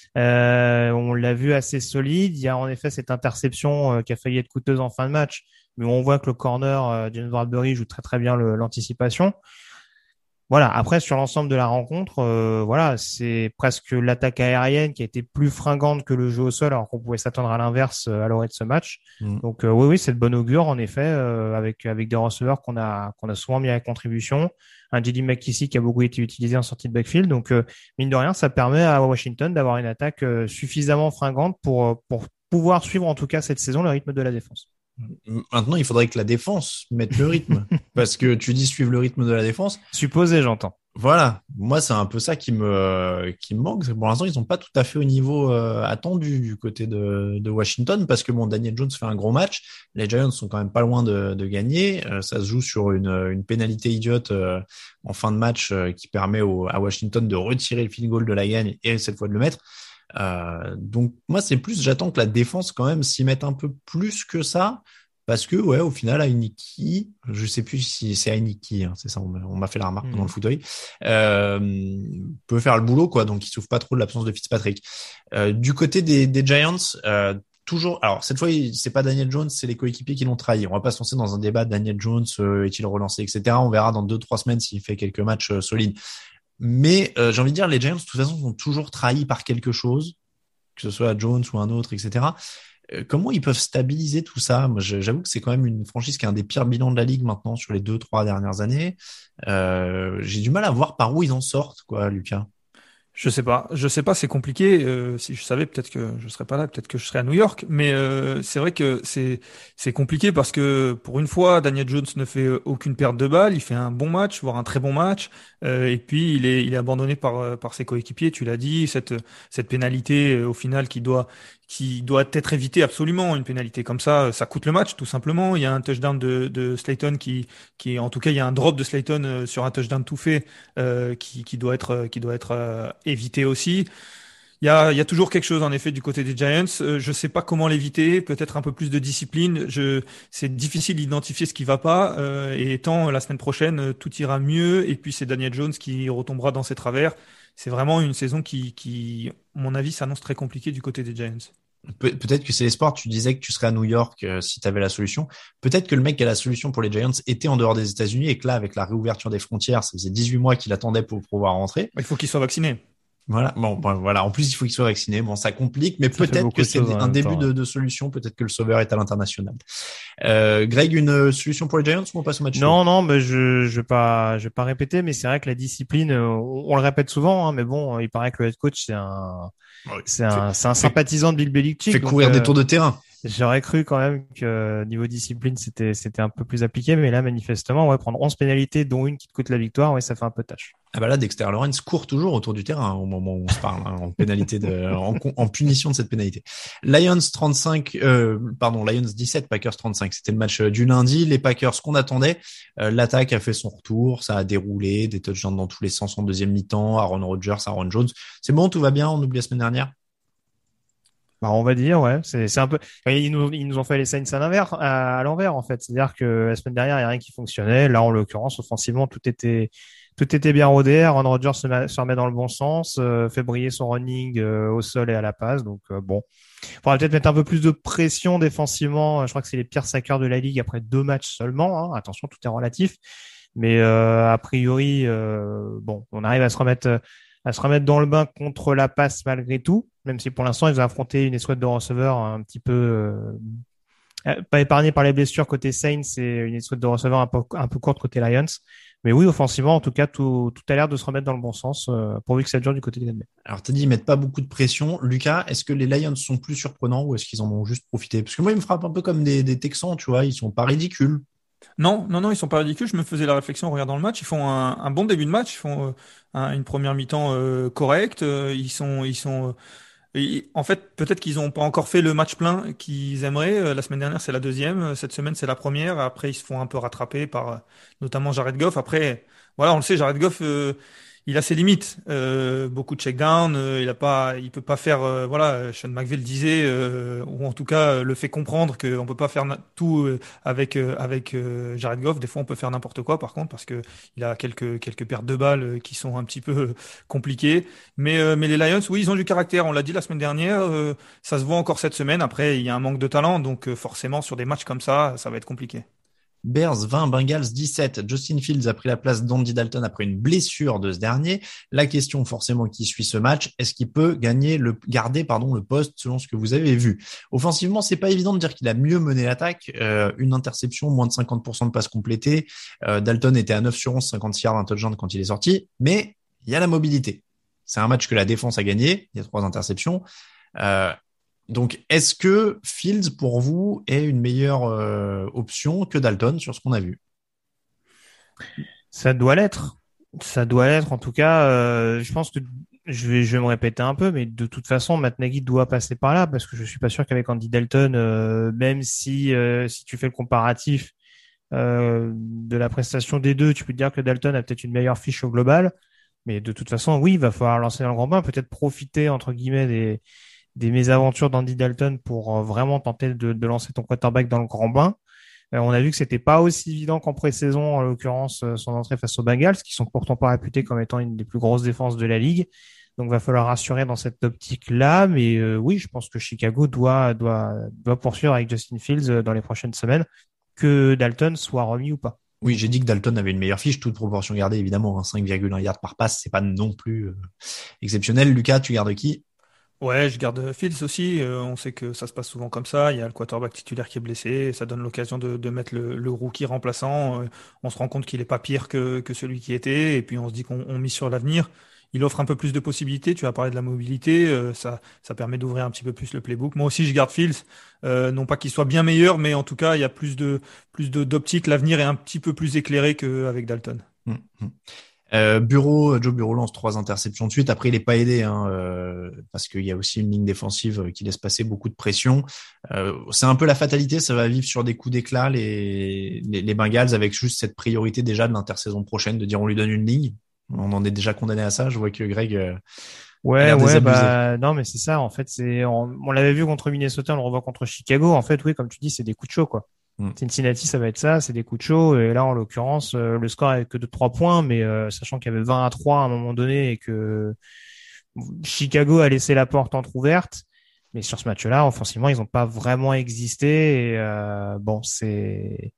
Euh, on l'a vu assez solide. Il y a en effet cette interception euh, qui a failli être coûteuse en fin de match, mais on voit que le corner, euh, James Bradbury joue très très bien le, l'anticipation. Voilà. Après, sur l'ensemble de la rencontre, euh, voilà, c'est presque l'attaque aérienne qui a été plus fringante que le jeu au sol, alors qu'on pouvait s'attendre à l'inverse euh, à l'orée de ce match. Mmh. Donc, euh, oui, oui, c'est de bon augure, en effet, euh, avec avec des receveurs qu'on a qu'on a souvent mis à contribution. Un J D McKissick qui a beaucoup été utilisé en sortie de backfield. Donc, euh, mine de rien, ça permet à Washington d'avoir une attaque euh, suffisamment fringante pour euh, pour pouvoir suivre, en tout cas, cette saison, le rythme de la défense. Maintenant, il faudrait que la défense mette le rythme. Parce que tu dis suivre le rythme de la défense. Supposé, j'entends. Voilà. Moi, c'est un peu ça qui me, qui me manque. Pour l'instant, ils sont pas tout à fait au niveau euh, attendu du côté de, de Washington parce que bon, Daniel Jones fait un gros match. Les Giants sont quand même pas loin de, de gagner. Euh, ça se joue sur une, une pénalité idiote euh, en fin de match euh, qui permet au, à Washington de retirer le field goal de la gagne et cette fois de le mettre. Euh, donc moi, c'est plus, j'attends que la défense quand même s'y mette un peu plus que ça. Parce que, ouais, au final, Heinicke, je sais plus si c'est Heinicke, hein, c'est ça, on m'a, on m'a fait la remarque pendant Mmh. le fauteuil, euh, peut faire le boulot, quoi, donc il souffre pas trop de l'absence de Fitzpatrick. Euh, du côté des, des Giants, euh, toujours, alors cette fois, c'est pas Daniel Jones, c'est les coéquipiers qui l'ont trahi. On va pas se lancer dans un débat de Daniel Jones, euh, est-il relancé, et cetera. On verra dans deux, trois semaines s'il fait quelques matchs euh, solides. Mais euh, j'ai envie de dire, les Giants, de toute façon, sont toujours trahis par quelque chose, que ce soit Jones ou un autre, et cetera. Euh, comment ils peuvent stabiliser tout ça? Moi, j'avoue que c'est quand même une franchise qui a un des pires bilans de la ligue maintenant sur les deux, trois dernières années. Euh, j'ai du mal à voir par où ils en sortent, quoi, Lucas. Je sais pas, je sais pas, c'est compliqué. Euh, si je savais, peut-être que je serais pas là, peut-être que je serais à New York. Mais euh, c'est vrai que c'est c'est compliqué parce que pour une fois, Daniel Jones ne fait aucune perte de balle, il fait un bon match, voire un très bon match. Euh, et puis il est il est abandonné par par ses coéquipiers. Tu l'as dit, cette cette pénalité euh, au final qui doit qui doit être évitée absolument. Une pénalité comme ça, ça coûte le match tout simplement. Il y a un touchdown de de Slayton qui qui en tout cas il y a un drop de Slayton euh, sur un touchdown tout fait euh, qui qui doit être qui doit être euh, éviter aussi. Il y a, il y a toujours quelque chose en effet du côté des Giants. Euh, je sais pas comment l'éviter. Peut-être un peu plus de discipline. Je, c'est difficile d'identifier ce qui va pas. Euh, et étant la semaine prochaine, tout ira mieux. Et puis c'est Daniel Jones qui retombera dans ses travers. C'est vraiment une saison qui, qui, à mon avis, s'annonce très compliquée du côté des Giants. Pe- peut-être que c'est l'espoir. Tu disais que tu serais à New York euh, si tu avais la solution. Peut-être que le mec qui a la solution pour les Giants était en dehors des États-Unis et que là, avec la réouverture des frontières, ça faisait dix-huit mois qu'il attendait pour pouvoir rentrer. Il faut qu'il soit vacciné. Voilà, bon, bon, voilà. En plus, il faut qu'il soit vacciné. Bon, ça complique, mais Ça peut-être que c'est un début de, de solution. Peut-être que le sauveur est à l'international. Euh, Greg, une solution pour les Giants ou on passe au match? Non, non, mais je, je vais pas, je vais pas répéter, mais c'est vrai que la discipline, on, on le répète souvent, hein, mais bon, il paraît que le head coach, c'est un, ouais, c'est un, fait, c'est un sympathisant de Bill Belichick. Fait courir donc, des euh, tours de terrain. J'aurais cru quand même que niveau discipline, c'était, c'était un peu plus appliqué, mais là, manifestement, ouais, prendre onze pénalités, dont une qui te coûte la victoire, ouais, ça fait un peu tâche. Ah bah là, Dexter Lawrence court toujours autour du terrain hein, au moment où on se parle, hein, en pénalité de, en, en punition de cette pénalité. Lions trente-cinq, euh, pardon, Lions dix-sept, Packers trente-cinq. C'était le match du lundi. Les Packers, ce qu'on attendait, euh, l'attaque a fait son retour, ça a déroulé, des touchdowns dans tous les sens en deuxième mi-temps, Aaron Rodgers, Aaron Jones. C'est bon, tout va bien, on oublie la semaine dernière. Bah, on va dire, ouais, c'est, c'est un peu, ils nous, ils nous ont fait les Saints à l'envers, à, à l'envers, en fait. C'est-à-dire que la semaine dernière, il n'y a rien qui fonctionnait. Là, en l'occurrence, offensivement, tout était, tout était bien rodé. Aaron Rodgers se, met, se remet dans le bon sens, euh, fait briller son running euh, au sol et à la passe. Donc, euh, bon. Il faudra peut-être mettre un peu plus de pression défensivement. Je crois que c'est les pires sackers de la ligue après deux matchs seulement, hein. Attention, tout est relatif. Mais, euh, a priori, euh, bon, on arrive à se remettre, à se remettre dans le bain contre la passe malgré tout. Même si pour l'instant, ils ont affronté une escouade de receveurs un petit peu euh, pas épargnée par les blessures côté Saints et une escouade de receveurs un peu, un peu courte côté Lions. Mais oui, offensivement, en tout cas, tout, tout a l'air de se remettre dans le bon sens, euh, pourvu que ça dure du côté des Green Bay. Alors, t'as dit, ils mettent pas beaucoup de pression. Lucas, est-ce que les Lions sont plus surprenants ou est-ce qu'ils en ont juste profité? Parce que moi, ils me frappent un peu comme des, des Texans, tu vois, ils sont pas ridicules. Non, non, non, ils sont pas ridicules. Je me faisais la réflexion en regardant le match. Ils font un, un bon début de match. Ils font euh, un, une première mi-temps euh, correcte. Euh, ils sont, ils sont. Euh, et en fait, peut-être qu'ils n'ont pas encore fait le match plein qu'ils aimeraient. Euh, La semaine dernière, c'est la deuxième. Cette semaine, c'est la première. Après, ils se font un peu rattraper par euh, notamment Jared Goff. Après, voilà, on le sait, Jared Goff, euh, il a ses limites. Euh, beaucoup de check-down. Euh, il a pas, il peut pas faire. Euh, voilà, Sean McVay le disait, euh, ou en tout cas euh, le fait comprendre qu'on peut pas faire na- tout euh, avec euh, avec euh, Jared Goff. Des fois, on peut faire n'importe quoi, par contre, parce que il a quelques quelques pertes de balles euh, qui sont un petit peu euh, compliquées. Mais euh, mais les Lions, oui, ils ont du caractère. On l'a dit la semaine dernière. Euh, ça se voit encore cette semaine. Après, il y a un manque de talent, donc euh, forcément sur des matchs comme ça, ça va être compliqué. Bears vingt, Bengals dix-sept. Justin Fields a pris la place d'Andy Dalton après une blessure de ce dernier. La question forcément qui suit ce match, est-ce qu'il peut gagner le, garder pardon le poste selon ce que vous avez vu? Offensivement, c'est pas évident de dire qu'il a mieux mené l'attaque. Euh, une interception, moins de cinquante pour cent de passes complétées. Euh, Dalton était à neuf sur onze, cinquante yards, un touchdown quand il est sorti. Mais il y a la mobilité. C'est un match que la défense a gagné. Il y a trois interceptions. Euh, Donc, est-ce que Fields, pour vous, est une meilleure euh, option que Dalton sur ce qu'on a vu? Ça doit l'être. Ça doit l'être. En tout cas, euh, je pense que je vais, je vais me répéter un peu, mais de toute façon, Matt Nagy doit passer par là parce que je suis pas sûr qu'avec Andy Dalton, euh, même si euh, si tu fais le comparatif euh, de la prestation des deux, tu peux te dire que Dalton a peut-être une meilleure fiche au global. Mais de toute façon, oui, il va falloir lancer dans le grand bain, peut-être profiter entre guillemets des des mésaventures d'Andy Dalton pour euh, vraiment tenter de, de lancer ton quarterback dans le grand bain. Euh, on a vu que c'était pas aussi évident qu'en pré-saison, en l'occurrence euh, son entrée face aux Bengals, qui sont pourtant pas réputés comme étant une des plus grosses défenses de la ligue. Donc va falloir rassurer dans cette optique-là, mais euh, oui, je pense que Chicago doit doit doit poursuivre avec Justin Fields dans les prochaines semaines, que Dalton soit remis ou pas. Oui, j'ai dit que Dalton avait une meilleure fiche, toute proportion gardée évidemment, hein, cinq virgule un yards par passe, c'est pas non plus euh, exceptionnel. Lucas, tu gardes qui? Ouais, je garde Fields aussi. Euh, on sait que ça se passe souvent comme ça. Il y a le quarterback titulaire qui est blessé. Et ça donne l'occasion de, de mettre le, le rookie remplaçant. Euh, on se rend compte qu'il est pas pire que, que celui qui était. Et puis on se dit qu'on on mise sur l'avenir. Il offre un peu plus de possibilités. Tu as parlé de la mobilité. Euh, ça, ça permet d'ouvrir un petit peu plus le playbook. Moi aussi, je garde Fields. Euh, non pas qu'il soit bien meilleur, mais en tout cas, il y a plus de plus de d'optique. L'avenir est un petit peu plus éclairé qu'avec Dalton. Mmh, mmh. Euh, Bureau, Joe Bureau lance trois interceptions de suite. Après, il est pas aidé, hein, euh, parce qu'il y a aussi une ligne défensive qui laisse passer beaucoup de pression. Euh, c'est un peu la fatalité. Ça va vivre sur des coups d'éclat les, les, les Bengals, avec juste cette priorité déjà de l'intersaison prochaine, de dire on lui donne une ligne. On en est déjà condamné à ça. Je vois que Greg. Euh, Ouais, ouais, bah non, mais c'est ça. En fait, c'est on, on l'avait vu contre Minnesota, on le revoit contre Chicago. En fait, oui, comme tu dis, c'est des coups de chaud, quoi. Mm. Cincinnati, ça va être ça, c'est des coups de chaud. Et là, en l'occurrence, euh, le score est que de trois points, mais euh, sachant qu'il y avait vingt à trois à un moment donné et que Chicago a laissé la porte entrouverte. Mais sur ce match-là, offensivement, ils n'ont pas vraiment existé. Et euh, bon, c'est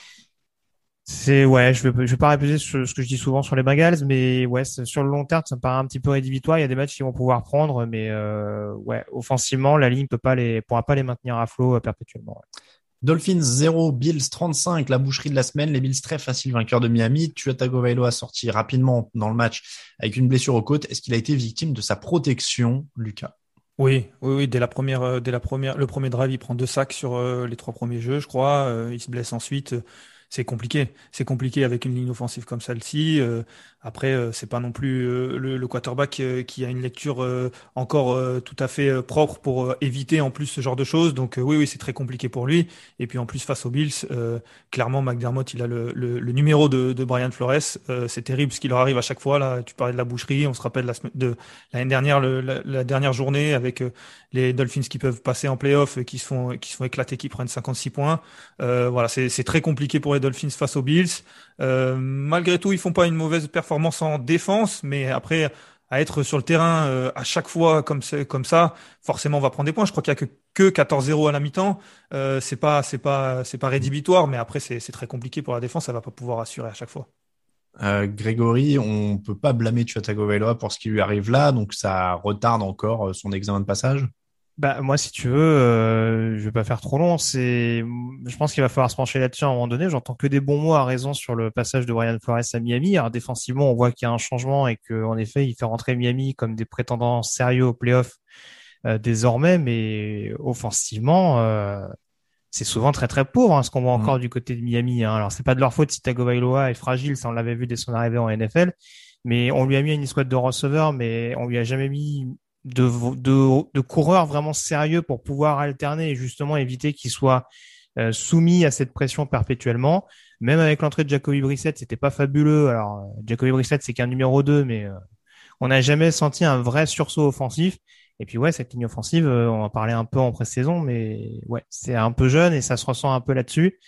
C'est ouais, je vais je vais pas répéter ce, ce que je dis souvent sur les Bengals, mais ouais, sur le long terme, ça me paraît un petit peu rédhibitoire. Il y a des matchs qui vont pouvoir prendre, mais euh, ouais, offensivement, la ligne peut pas les pourra pas les maintenir à flot euh, perpétuellement. Ouais. Dolphins zéro, Bills trente-cinq, la boucherie de la semaine. Les Bills très faciles vainqueurs de Miami. Tua Tagovailoa a sorti rapidement dans le match avec une blessure aux côtes. Est-ce qu'il a été victime de sa protection, Lucas? Oui, oui, oui. Dès la première, euh, dès la première, le premier drive, il prend deux sacs sur euh, les trois premiers jeux, je crois. Euh, il se blesse ensuite. C'est compliqué. C'est compliqué avec une ligne offensive comme celle-ci. Euh, après, euh, c'est pas non plus euh, le, le quarterback euh, qui a une lecture euh, encore euh, tout à fait euh, propre pour euh, éviter en plus ce genre de choses. Donc euh, oui, oui, c'est très compliqué pour lui. Et puis en plus face aux Bills, euh, clairement McDermott, il a le, le, le numéro de, de Brian Flores. Euh, c'est terrible ce qui leur arrive à chaque fois. Là, tu parlais de la boucherie. On se rappelle la semaine de l'année dernière, le, la, la dernière journée avec euh, les Dolphins qui peuvent passer en playoff, qui se font qui se font éclater, qui prennent cinquante-six points. Euh, voilà, c'est c'est très compliqué pour les Dolphins face aux Bills. Euh, malgré tout, ils font pas une mauvaise performance en défense, mais après, à être sur le terrain euh, à chaque fois comme comme ça, forcément, on va prendre des points. Je crois qu'il y a que que quatorze zéro à la mi-temps. Euh, c'est pas c'est pas c'est pas rédhibitoire, mais après, c'est c'est très compliqué pour la défense. Ça va pas pouvoir assurer à chaque fois. Euh, Grégory, on peut pas blâmer Tua Tagovailoa pour ce qui lui arrive là, donc ça retarde encore son examen de passage. Bah moi, si tu veux, euh, je vais pas faire trop long. C'est, je pense qu'il va falloir se pencher là-dessus à un moment donné. J'entends que des bons mots à raison sur le passage de Brian Flores à Miami. Alors défensivement, on voit qu'il y a un changement et que en effet, il fait rentrer Miami comme des prétendants sérieux aux playoffs euh, désormais. Mais offensivement, euh, c'est souvent très très pauvre, hein, ce qu'on voit encore mmh. du côté de Miami. Hein. Alors c'est pas de leur faute si Tagovailoa est fragile, ça on l'avait vu dès son arrivée en N F L. Mais on lui a mis une escouade de receveurs, mais on lui a jamais mis De, de, de coureurs vraiment sérieux pour pouvoir alterner et justement éviter qu'il soit euh, soumis à cette pression perpétuellement. Même avec l'entrée de Jacoby Brissett, c'était pas fabuleux. Alors, Jacoby Brissett, c'est qu'un numéro deux, mais euh, on n'a jamais senti un vrai sursaut offensif. Et puis ouais, cette ligne offensive, euh, on en parlait un peu en pré-saison, mais ouais, c'est un peu jeune et ça se ressent un peu là-dessus.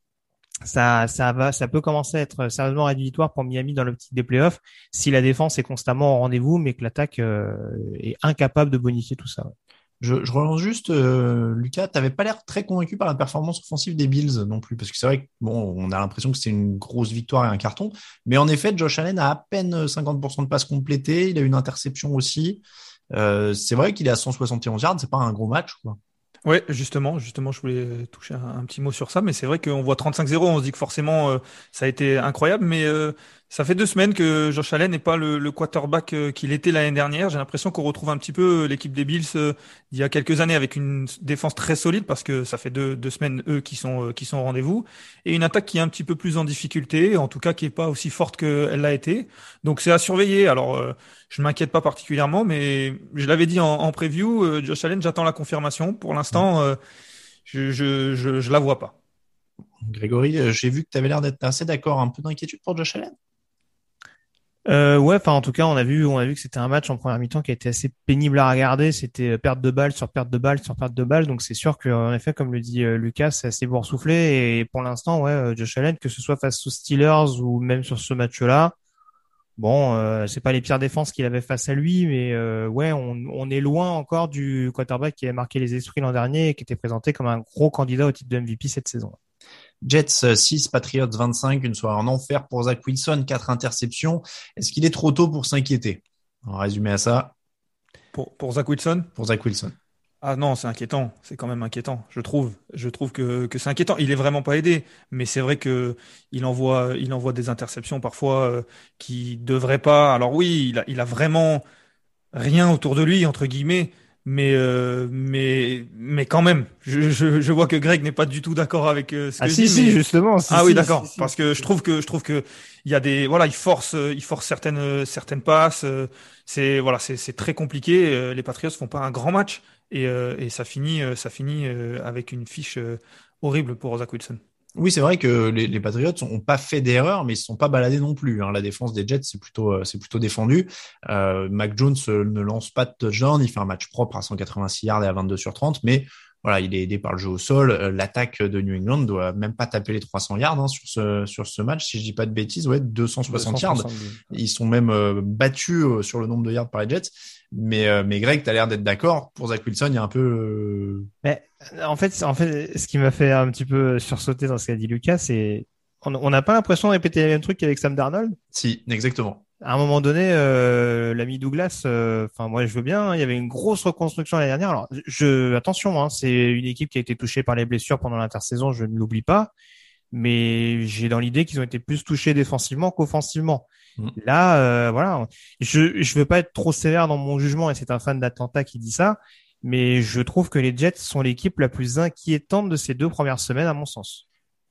Ça, ça va, ça peut commencer à être sérieusement rédhibitoire pour Miami dans l'optique des playoffs si la défense est constamment au rendez-vous, mais que l'attaque euh, est incapable de bonifier tout ça. Ouais. Je, je relance juste, euh, Lucas, t'avais pas l'air très convaincu par la performance offensive des Bills non plus, parce que c'est vrai que bon, on a l'impression que c'est une grosse victoire et un carton, mais en effet, Josh Allen a à peine cinquante pour cent de passes complétées, il a une interception aussi. Euh, c'est vrai qu'il est à cent soixante et onze yards, c'est pas un gros match, quoi. Ouais, justement, justement, je voulais toucher un, un petit mot sur ça, mais c'est vrai qu'on voit trente-cinq zéro, on se dit que forcément euh, ça a été incroyable, mais euh, ça fait deux semaines que Josh Allen n'est pas le, le quarterback euh, qu'il était l'année dernière. J'ai l'impression qu'on retrouve un petit peu l'équipe des Bills euh, d'il y a quelques années avec une défense très solide parce que ça fait deux, deux semaines eux qui sont euh, qui sont au rendez-vous et une attaque qui est un petit peu plus en difficulté, en tout cas qui est pas aussi forte qu'elle l'a été. Donc c'est à surveiller. Alors euh, je m'inquiète pas particulièrement, mais je l'avais dit en, en preview, euh, Josh Allen, j'attends la confirmation. Pour l'instant, euh, je, je je je la vois pas. Grégory, j'ai vu que tu avais l'air d'être assez d'accord, un peu d'inquiétude pour Josh Allen. Euh, ouais, enfin en tout cas, on a vu, on a vu que c'était un match en première mi-temps qui a été assez pénible à regarder. C'était perte de balle sur perte de balle sur perte de balle. Donc c'est sûr qu'en effet, comme le dit euh, Lucas, c'est assez boursouflé. Et pour l'instant, ouais, euh, Josh Allen, que ce soit face aux Steelers ou même sur ce match-là, bon, euh, c'est pas les pires défenses qu'il avait face à lui, mais euh, ouais, on, on est loin encore du quarterback qui a marqué les esprits l'an dernier et qui était présenté comme un gros candidat au titre de M V P cette saison. Jets six, Patriots vingt-cinq, une soirée en enfer pour Zach Wilson, quatre interceptions. Est-ce qu'il est trop tôt pour s'inquiéter? En résumé à ça. Pour, pour Zach Wilson? Pour Zach Wilson. Ah non, c'est inquiétant. C'est quand même inquiétant, je trouve. Je trouve que, que c'est inquiétant. Il est vraiment pas aidé, mais c'est vrai que il envoie, il envoie des interceptions parfois euh, qui devraient pas. Alors oui, il a, il a vraiment rien autour de lui entre guillemets, mais euh, mais mais quand même, je, je, je vois que Greg n'est pas du tout d'accord avec euh, ce que ah je si dis. si mais... justement. Si, ah si, oui, d'accord. si, si, parce si, que si. je trouve que je trouve que il y a des voilà, il force, il force certaines certaines passes. Euh, c'est voilà, c'est c'est très compliqué. Euh, les Patriots font pas un grand match. Et, euh, et ça finit, euh, ça finit euh, avec une fiche euh, horrible pour Zach Wilson. Oui, c'est vrai que les, les Patriots n'ont pas fait d'erreur, mais ils ne se sont pas baladés non plus. Hein. La défense des Jets, c'est plutôt, euh, c'est plutôt défendu. Euh, Mac Jones euh, ne lance pas de touchdown. Il fait un match propre à cent quatre-vingt-six yards et à vingt-deux sur trente, mais voilà, il est aidé par le jeu au sol. Euh, l'attaque de New England doit même pas taper les trois cents yards hein, sur ce sur ce match, si je dis pas de bêtises. Ouais, deux cent soixante yards. Ils sont même euh, battus euh, sur le nombre de yards par les Jets. Mais euh, mais Greg, t'as l'air d'être d'accord. Pour Zach Wilson, il y a un peu. Euh... Mais en fait, en fait, ce qui m'a fait un petit peu sursauter dans ce qu'a dit Lucas, c'est on n'a pas l'impression de répéter les mêmes trucs qu'avec Sam Darnold. Si, exactement. À un moment donné, euh, l'ami Douglas, enfin euh, moi je veux bien. Hein, il y avait une grosse reconstruction l'année dernière. Alors, je attention, hein, c'est une équipe qui a été touchée par les blessures pendant l'intersaison, je ne l'oublie pas. Mais j'ai dans l'idée qu'ils ont été plus touchés défensivement qu'offensivement. Mmh. Là, euh, voilà, je je veux pas être trop sévère dans mon jugement, et c'est un fan d'Atlanta qui dit ça, mais je trouve que les Jets sont l'équipe la plus inquiétante de ces deux premières semaines, à mon sens.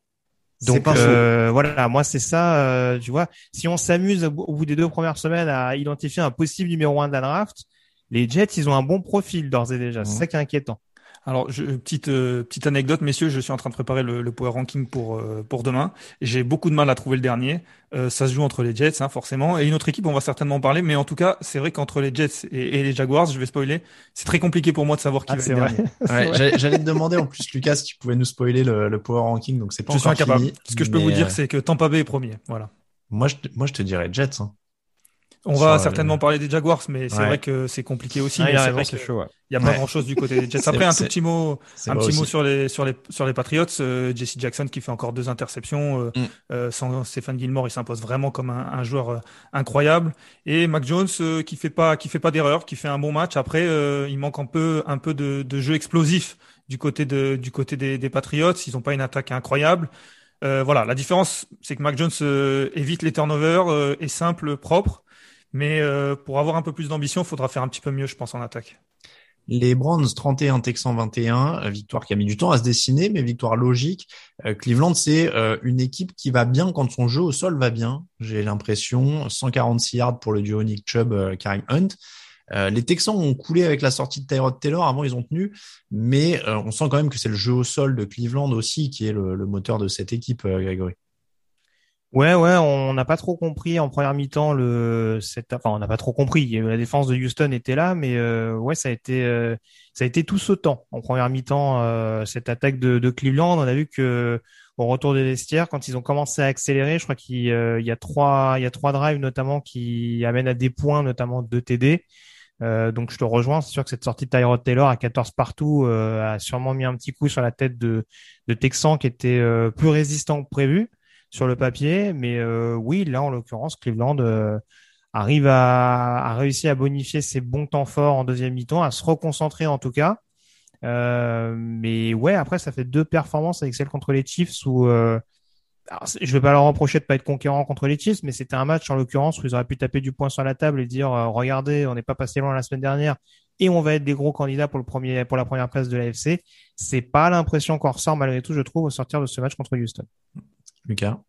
Donc euh, voilà, moi c'est ça, euh, tu vois. Si on s'amuse au bout des deux premières semaines à identifier un possible numéro un de la draft, les Jets, ils ont un bon profil d'ores et déjà. Mmh. C'est ça qui est inquiétant. Alors, je, petite euh, petite anecdote, messieurs, je suis en train de préparer le, le power ranking pour euh, pour demain. J'ai beaucoup de mal à trouver le dernier. Euh, ça se joue entre les Jets, hein, forcément, et une autre équipe, on va certainement en parler. Mais en tout cas, c'est vrai qu'entre les Jets et, et les Jaguars, je vais spoiler, c'est très compliqué pour moi de savoir qui ah, va être dernier. Ouais, j'allais, j'allais te demander en plus, Lucas, si tu pouvais nous spoiler le, le power ranking. Donc c'est pas je encore suis incapable. fini. Ce que je peux vous dire, c'est que Tampa Bay est premier. Voilà. Moi, je moi je te dirais Jets. Hein. On va certainement le... parler des Jaguars, mais c'est ouais. vrai que c'est compliqué aussi. Ah, mais il c'est vrai qu'il chaud, ouais. y a pas ouais. grand chose du côté des Jets. Après, un tout petit mot, un petit aussi. mot sur les, sur les, sur les Patriots. Euh, J C Jackson qui fait encore deux interceptions. Euh, mm. euh, sans Stéphane Gilmore, il s'impose vraiment comme un, un joueur euh, incroyable. Et Mac Jones euh, qui fait pas, qui fait pas d'erreur, qui fait un bon match. Après, euh, il manque un peu, un peu de, de jeu explosif du côté de, du côté des, des Patriots. Ils ont pas une attaque incroyable. Euh, voilà. La différence, c'est que Mac Jones euh, évite les turnovers, euh, est simple, propre. Mais euh, pour avoir un peu plus d'ambition, il faudra faire un petit peu mieux, je pense, en attaque. Les Browns trente et un, Texans vingt et un, victoire qui a mis du temps à se dessiner, mais victoire logique. Euh, Cleveland, c'est euh, une équipe qui va bien quand son jeu au sol va bien, j'ai l'impression. cent quarante-six yards pour le duo Nick Chubb, euh, Kareem Hunt. Euh, les Texans ont coulé avec la sortie de Tyrod Taylor. Avant, ils ont tenu, mais euh, on sent quand même que c'est le jeu au sol de Cleveland aussi qui est le, le moteur de cette équipe, euh, Grégory. Ouais, ouais, on n'a pas trop compris en première mi-temps le, cette, enfin, on n'a pas trop compris. La défense de Houston était là, mais euh, ouais, ça a été, euh, ça a été tout sautant en première mi-temps. Euh, cette attaque de, de Cleveland, on a vu que au retour des vestiaires, quand ils ont commencé à accélérer, je crois qu'il euh, y a trois, il y a trois drives notamment qui amènent à des points, notamment deux T D. Euh, donc je te rejoins, c'est sûr que cette sortie de Tyrod Taylor à quatorze partout euh, a sûrement mis un petit coup sur la tête de, de Texans qui était euh, plus résistant que prévu sur le papier, mais euh, oui, là en l'occurrence, Cleveland euh, arrive à, à réussir à bonifier ses bons temps forts en deuxième mi-temps, à se reconcentrer en tout cas. Euh, mais ouais, après ça fait deux performances avec celle contre les Chiefs où euh, alors, je vais pas leur reprocher de pas être conquérant contre les Chiefs, mais c'était un match en l'occurrence où ils auraient pu taper du poing sur la table et dire euh, regardez, on n'est pas passé loin la semaine dernière et on va être des gros candidats pour le premier pour la première place de l'A F C. C'est pas l'impression qu'on ressort malgré tout, je trouve, au sortir de ce match contre Houston. Lucas?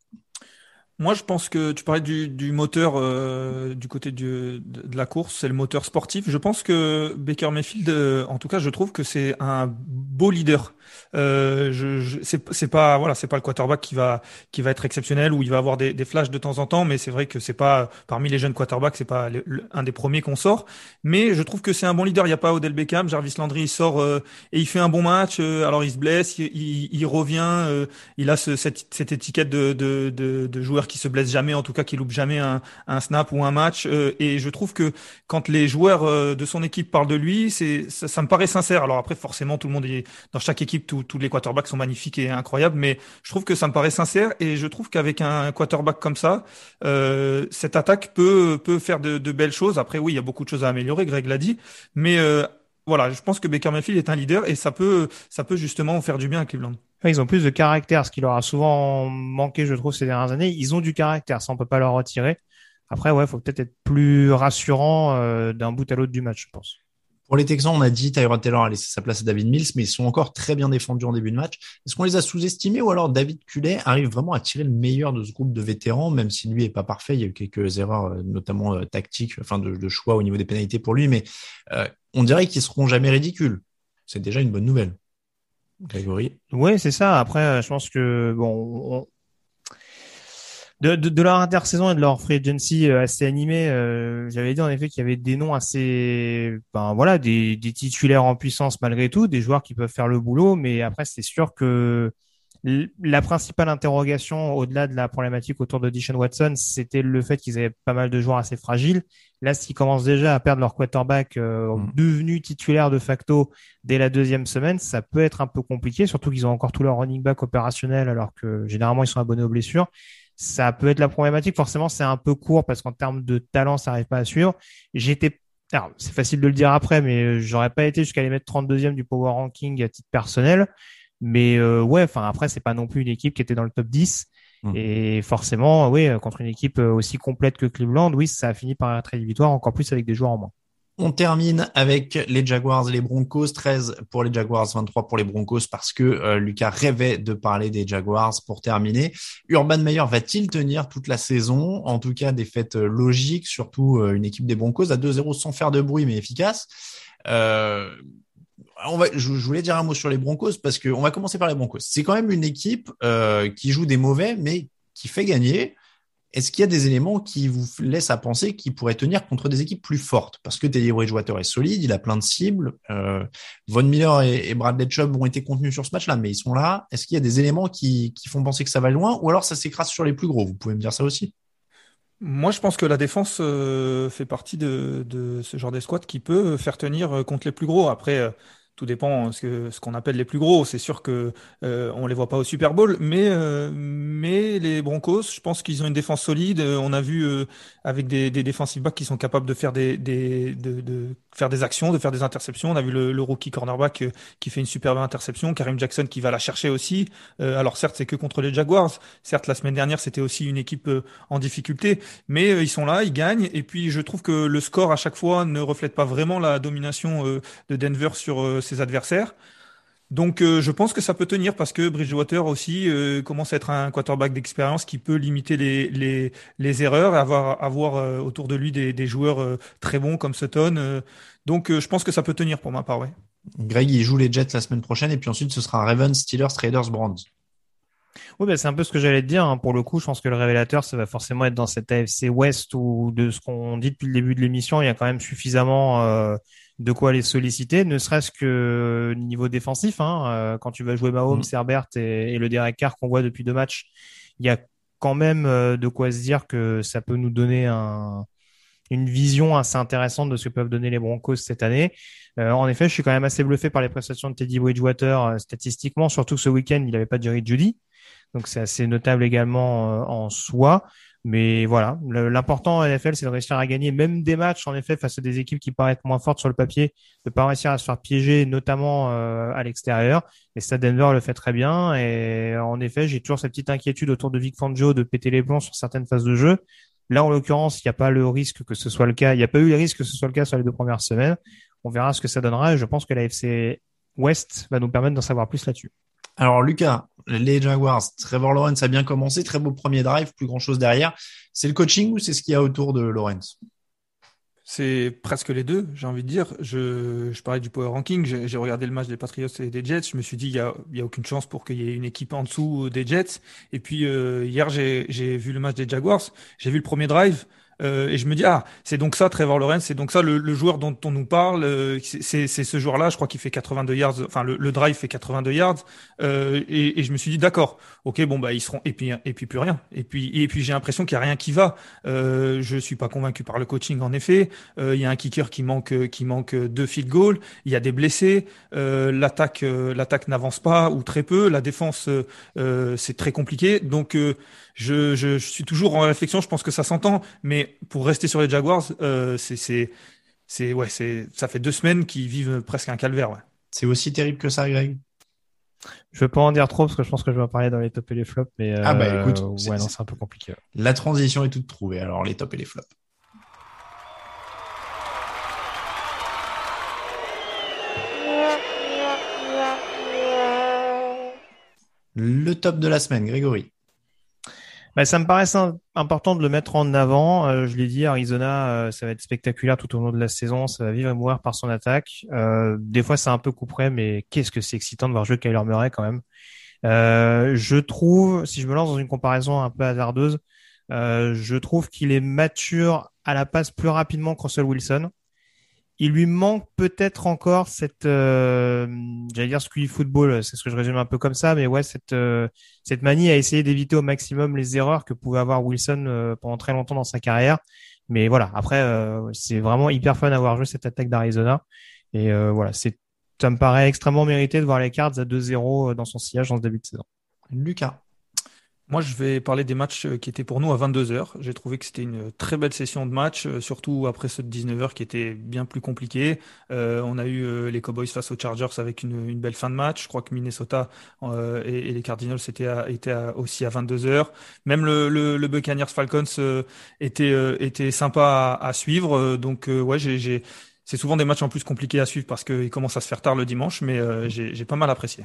Moi, je pense que tu parlais du, du moteur euh, du côté du, de, de la course, c'est le moteur sportif. Je pense que Baker Mayfield, euh, en tout cas, je trouve que c'est un beau leader. Euh, je, je, c'est, c'est pas voilà, c'est pas le quarterback qui va qui va être exceptionnel ou il va avoir des, des flashs de temps en temps, mais c'est vrai que c'est pas parmi les jeunes quarterbacks, c'est pas le, le, un des premiers qu'on sort. Mais je trouve que c'est un bon leader. Il y a pas Odell Beckham, Jarvis Landry, il sort euh, et il fait un bon match. Euh, alors il se blesse, il, il, il revient, euh, il a ce, cette, cette étiquette de, de, de, de joueur qui se blesse jamais, en tout cas qui loupe jamais un, un snap ou un match. Euh, et je trouve que quand les joueurs euh, de son équipe parlent de lui, c'est ça, ça me paraît sincère. Alors après, forcément, tout le monde est dans chaque équipe équipe, tous, tous les quarterbacks sont magnifiques et incroyables, mais je trouve que ça me paraît sincère et je trouve qu'avec un quarterback comme ça, euh, cette attaque peut peut faire de, de belles choses. Après, oui, il y a beaucoup de choses à améliorer, Greg l'a dit, mais euh, voilà, je pense que Baker Mayfield est un leader et ça peut ça peut justement faire du bien à Cleveland. Ouais, ils ont plus de caractère, ce qui leur a souvent manqué, je trouve, ces dernières années. Ils ont du caractère, ça on peut pas leur retirer. Après, ouais, faut peut-être être plus rassurant euh, d'un bout à l'autre du match, je pense. Pour les Texans, on a dit Tyrod Taylor a laissé sa place à David Mills, mais ils sont encore très bien défendus en début de match. Est-ce qu'on les a sous-estimés ou alors David Culley arrive vraiment à tirer le meilleur de ce groupe de vétérans, même si lui est pas parfait, il y a eu quelques erreurs, notamment euh, tactiques, enfin de, de choix au niveau des pénalités pour lui, mais euh, on dirait qu'ils seront jamais ridicules. C'est déjà une bonne nouvelle. Grégory. Ouais, c'est ça. Après, je pense que bon, on... de, de, de leur intersaison et de leur free agency assez animé, euh, j'avais dit en effet qu'il y avait des noms assez, ben voilà, des, des titulaires en puissance malgré tout, des joueurs qui peuvent faire le boulot. Mais après, c'est sûr que la principale interrogation, au-delà de la problématique autour de Deshaun Watson, c'était le fait qu'ils avaient pas mal de joueurs assez fragiles. Là, s'ils commencent déjà à perdre leur quarterback euh, mmh. devenu titulaire de facto dès la deuxième semaine, ça peut être un peu compliqué, surtout qu'ils ont encore tous leurs running back opérationnels alors que généralement ils sont abonnés aux blessures. Ça peut être la problématique. Forcément, c'est un peu court parce qu'en termes de talent, ça n'arrive pas à suivre. J'étais, alors c'est facile de le dire après, mais j'aurais pas été jusqu'à les mettre trente-deuxième du power ranking à titre personnel. Mais euh, ouais, enfin après c'est pas non plus une équipe qui était dans le top dix mmh. et forcément oui contre une équipe aussi complète que Cleveland, oui ça a fini par être rédhibitoire, encore plus avec des joueurs en moins. On termine avec les Jaguars et les Broncos, treize pour les Jaguars, vingt-trois pour les Broncos parce que euh, Lucas rêvait de parler des Jaguars pour terminer. Urban Meyer va-t-il tenir toute la saison? En tout cas, défaite logique, surtout euh, une équipe des Broncos à deux zéro sans faire de bruit mais efficace. Euh, On va, je, je voulais dire un mot sur les Broncos parce que on va commencer par les Broncos. C'est quand même une équipe euh, qui joue des mauvais, mais qui fait gagner. Est-ce qu'il y a des éléments qui vous laissent à penser qu'ils pourraient tenir contre des équipes plus fortes? Parce que Teddy Bridgewater est solide, il a plein de cibles. Euh, Von Miller et, et Bradley Chubb ont été contenus sur ce match-là, mais ils sont là. Est-ce qu'il y a des éléments qui, qui font penser que ça va loin, ou alors ça s'écrase sur les plus gros? Vous pouvez me dire ça aussi? Moi, je pense que la défense euh, fait partie de, de ce genre d'escouade qui peut faire tenir contre les plus gros. Après. Euh, Tout dépend ce que ce qu'on appelle les plus gros. C'est sûr que euh, on les voit pas au Super Bowl, mais euh, mais les Broncos, je pense qu'ils ont une défense solide. On a vu euh, avec des des defensive backs qui sont capables de faire des des de, de faire des actions, de faire des interceptions. On a vu le, le rookie cornerback euh, qui fait une superbe interception, Kareem Jackson qui va la chercher aussi. Euh, alors certes, c'est que contre les Jaguars. Certes, la semaine dernière, c'était aussi une équipe euh, en difficulté, mais euh, ils sont là, ils gagnent. Et puis je trouve que le score à chaque fois ne reflète pas vraiment la domination euh, de Denver sur euh, ses adversaires. Donc euh, je pense que ça peut tenir parce que Bridgewater aussi euh, commence à être un quarterback d'expérience qui peut limiter les les les erreurs et avoir avoir euh, autour de lui des des joueurs euh, très bons comme Sutton. Euh, donc euh, je pense que ça peut tenir pour ma part, ouais. Greg, il joue les Jets la semaine prochaine et puis ensuite ce sera Ravens, Steelers, Raiders, Browns. Oui, bah, c'est un peu ce que j'allais te dire. Hein. Pour le coup, je pense que le révélateur, ça va forcément être dans cette A F C West où, de ce qu'on dit depuis le début de l'émission, il y a quand même suffisamment euh, de quoi les solliciter, ne serait-ce que niveau défensif. Hein, euh, quand tu vas jouer Mahomes, mmh. Herbert et, et le Derek Carr qu'on voit depuis deux matchs, il y a quand même euh, de quoi se dire que ça peut nous donner un, une vision assez intéressante de ce que peuvent donner les Broncos cette année. Euh, en effet, je suis quand même assez bluffé par les prestations de Teddy Bridgewater euh, statistiquement, surtout que ce week-end, il n'avait pas Jerry Jeudy. Donc c'est assez notable également euh, en soi. Mais voilà, le, l'important en N F L, c'est de réussir à gagner même des matchs, en effet, face à des équipes qui paraissent moins fortes sur le papier, de pas réussir à se faire piéger, notamment euh, à l'extérieur. Et ça, Denver le fait très bien. Et en effet, j'ai toujours cette petite inquiétude autour de Vic Fangio de péter les plombs sur certaines phases de jeu. Là, en l'occurrence, il n'y a pas le risque que ce soit le cas. Il n'y a pas eu les risques que ce soit le cas sur les deux premières semaines. On verra ce que ça donnera. Et je pense que la F C West va nous permettre d'en savoir plus là-dessus. Alors Lucas, les Jaguars, Trevor Lawrence a bien commencé, très beau premier drive, plus grand chose derrière. C'est le coaching ou c'est ce qu'il y a autour de Lawrence? C'est presque les deux, j'ai envie de dire. Je, je parlais du power ranking, j'ai, j'ai regardé le match des Patriots et des Jets, je me suis dit il y a, il y a aucune chance pour qu'il y ait une équipe en dessous des Jets. Et puis euh, hier j'ai, j'ai vu le match des Jaguars, j'ai vu le premier drive. Euh, et je me dis ah c'est donc ça Trevor Lawrence, c'est donc ça le, le joueur dont on nous parle. Euh, c'est, c'est ce joueur-là, je crois qu'il fait quatre-vingt-deux yards. Enfin le, le drive fait quatre-vingt-deux yards. Euh, et, et je me suis dit d'accord, ok bon bah ils seront et puis et puis plus rien. Et puis et puis j'ai l'impression qu'il y a rien qui va. Euh, je suis pas convaincu par le coaching en effet. Euh, il y a un kicker qui manque qui manque deux field goals. Il y a des blessés. Euh, l'attaque euh, l'attaque n'avance pas ou très peu. La défense euh, euh, c'est très compliqué. Donc euh, je, je je suis toujours en réflexion. Je pense que ça s'entend, mais pour rester sur les Jaguars, euh, c'est, c'est, c'est, ouais, c'est, ça fait deux semaines qu'ils vivent presque un calvaire, ouais. C'est aussi terrible que ça, Greg? Je veux pas en dire trop parce que je pense que je vais en parler dans les tops et les flops, mais euh, ah bah écoute, ouais, c'est, non, c'est... c'est un peu compliqué. La transition est toute trouvée. Alors les tops et les flops. Le top de la semaine, Grégory. Bah, ça me paraissait important de le mettre en avant. Euh, je l'ai dit, Arizona, euh, ça va être spectaculaire tout au long de la saison. Ça va vivre et mourir par son attaque. Euh, des fois, c'est un peu couperet, mais qu'est-ce que c'est excitant de voir jouer Kyler Murray quand même. Euh, je trouve, si je me lance dans une comparaison un peu hasardeuse, euh, je trouve qu'il est mature à la passe plus rapidement que Russell Wilson. Il lui manque peut-être encore cette, euh, j'allais dire squeeze football, c'est ce que je résume un peu comme ça, mais ouais, cette euh, cette manie à essayer d'éviter au maximum les erreurs que pouvait avoir Wilson euh, pendant très longtemps dans sa carrière. Mais voilà, après, euh, c'est vraiment hyper fun d'avoir joué cette attaque d'Arizona. Et euh, voilà, c'est, ça me paraît extrêmement mérité de voir les Cards à deux zéro dans son sillage dans ce début de saison. Lucas. Moi, je vais parler des matchs qui étaient pour nous à vingt-deux heures. J'ai trouvé que c'était une très belle session de match, surtout après ceux de dix-neuf heures qui étaient bien plus compliqués. Euh, on a eu euh, les Cowboys face aux Chargers avec une, une belle fin de match. Je crois que Minnesota euh, et, et les Cardinals étaient, à, étaient à, aussi à vingt-deux heures. Même le, le, le Buccaneers Falcons euh, était, euh, était sympa à, à suivre. Donc, euh, ouais, j'ai, j'ai, c'est souvent des matchs en plus compliqués à suivre parce qu'ils commencent à se faire tard le dimanche, mais euh, j'ai, j'ai pas mal apprécié.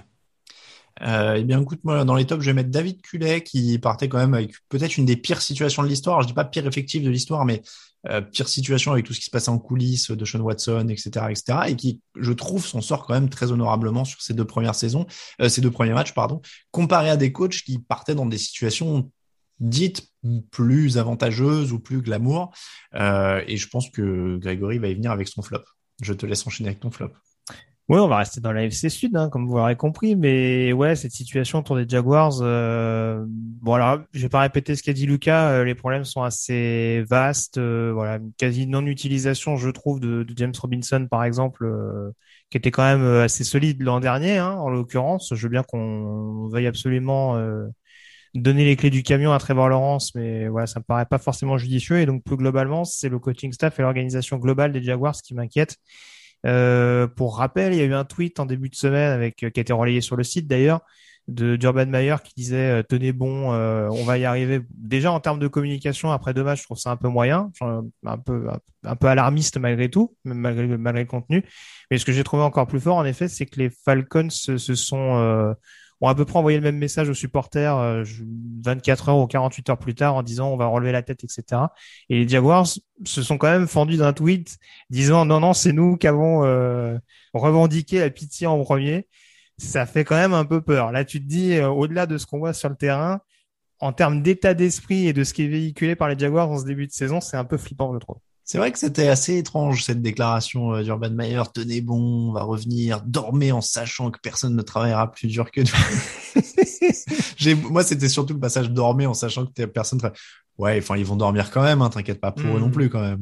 Euh, eh bien, écoute, moi, dans les tops, je vais mettre David Culley, qui partait quand même avec peut-être une des pires situations de l'histoire. Je dis pas pire effectif de l'histoire, mais euh, pire situation avec tout ce qui se passait en coulisses de Sean Watson, et cetera, et cetera, et qui, je trouve, s'en sort quand même très honorablement sur ces deux premières saisons, euh, ces deux premiers matchs, pardon, comparé à des coachs qui partaient dans des situations dites plus avantageuses ou plus glamour. Euh, et je pense que Grégory va y venir avec son flop. Je te laisse enchaîner avec ton flop. Oui, on va rester dans la F C Sud, hein, comme vous l'aurez compris, mais ouais, cette situation autour des Jaguars, euh, bon alors, je vais pas répéter ce qu'a dit Lucas, euh, les problèmes sont assez vastes, euh, voilà, une quasi non-utilisation, je trouve, de, de James Robinson, par exemple, euh, qui était quand même assez solide l'an dernier, hein, en l'occurrence. Je veux bien qu'on veuille absolument euh, donner les clés du camion à Trevor Lawrence, mais voilà, ça me paraît pas forcément judicieux, et donc plus globalement, c'est le coaching staff et l'organisation globale des Jaguars qui m'inquiètent. Euh, pour rappel, il y a eu un tweet en début de semaine avec qui a été relayé sur le site d'ailleurs de d'Urban Meyer qui disait euh, tenez bon, euh, on va y arriver. Déjà en termes de communication après deux matchs, je trouve ça un peu moyen, un peu un peu alarmiste malgré tout, même malgré malgré le contenu. Mais ce que j'ai trouvé encore plus fort en effet, c'est que les Falcons se, se sont euh, ont à peu près envoyé le même message aux supporters euh, vingt-quatre heures ou quarante-huit heures plus tard en disant on va relever la tête, et cetera. Et les Jaguars se sont quand même fendus d'un tweet disant non, non, c'est nous qui avons euh, revendiqué la pitié en premier. Ça fait quand même un peu peur. Là, tu te dis, euh, au-delà de ce qu'on voit sur le terrain, en termes d'état d'esprit et de ce qui est véhiculé par les Jaguars en ce début de saison, c'est un peu flippant, je trouve. C'est vrai que c'était assez étrange, cette déclaration d'Urban Meyer. Tenez bon, on va revenir, dormez en sachant que personne ne travaillera plus dur que nous. J'ai, moi, c'était surtout le passage dormez en sachant que personne tra... Ouais, enfin, ils vont dormir quand même, hein, t'inquiète pas pour mmh. eux non plus, quand même.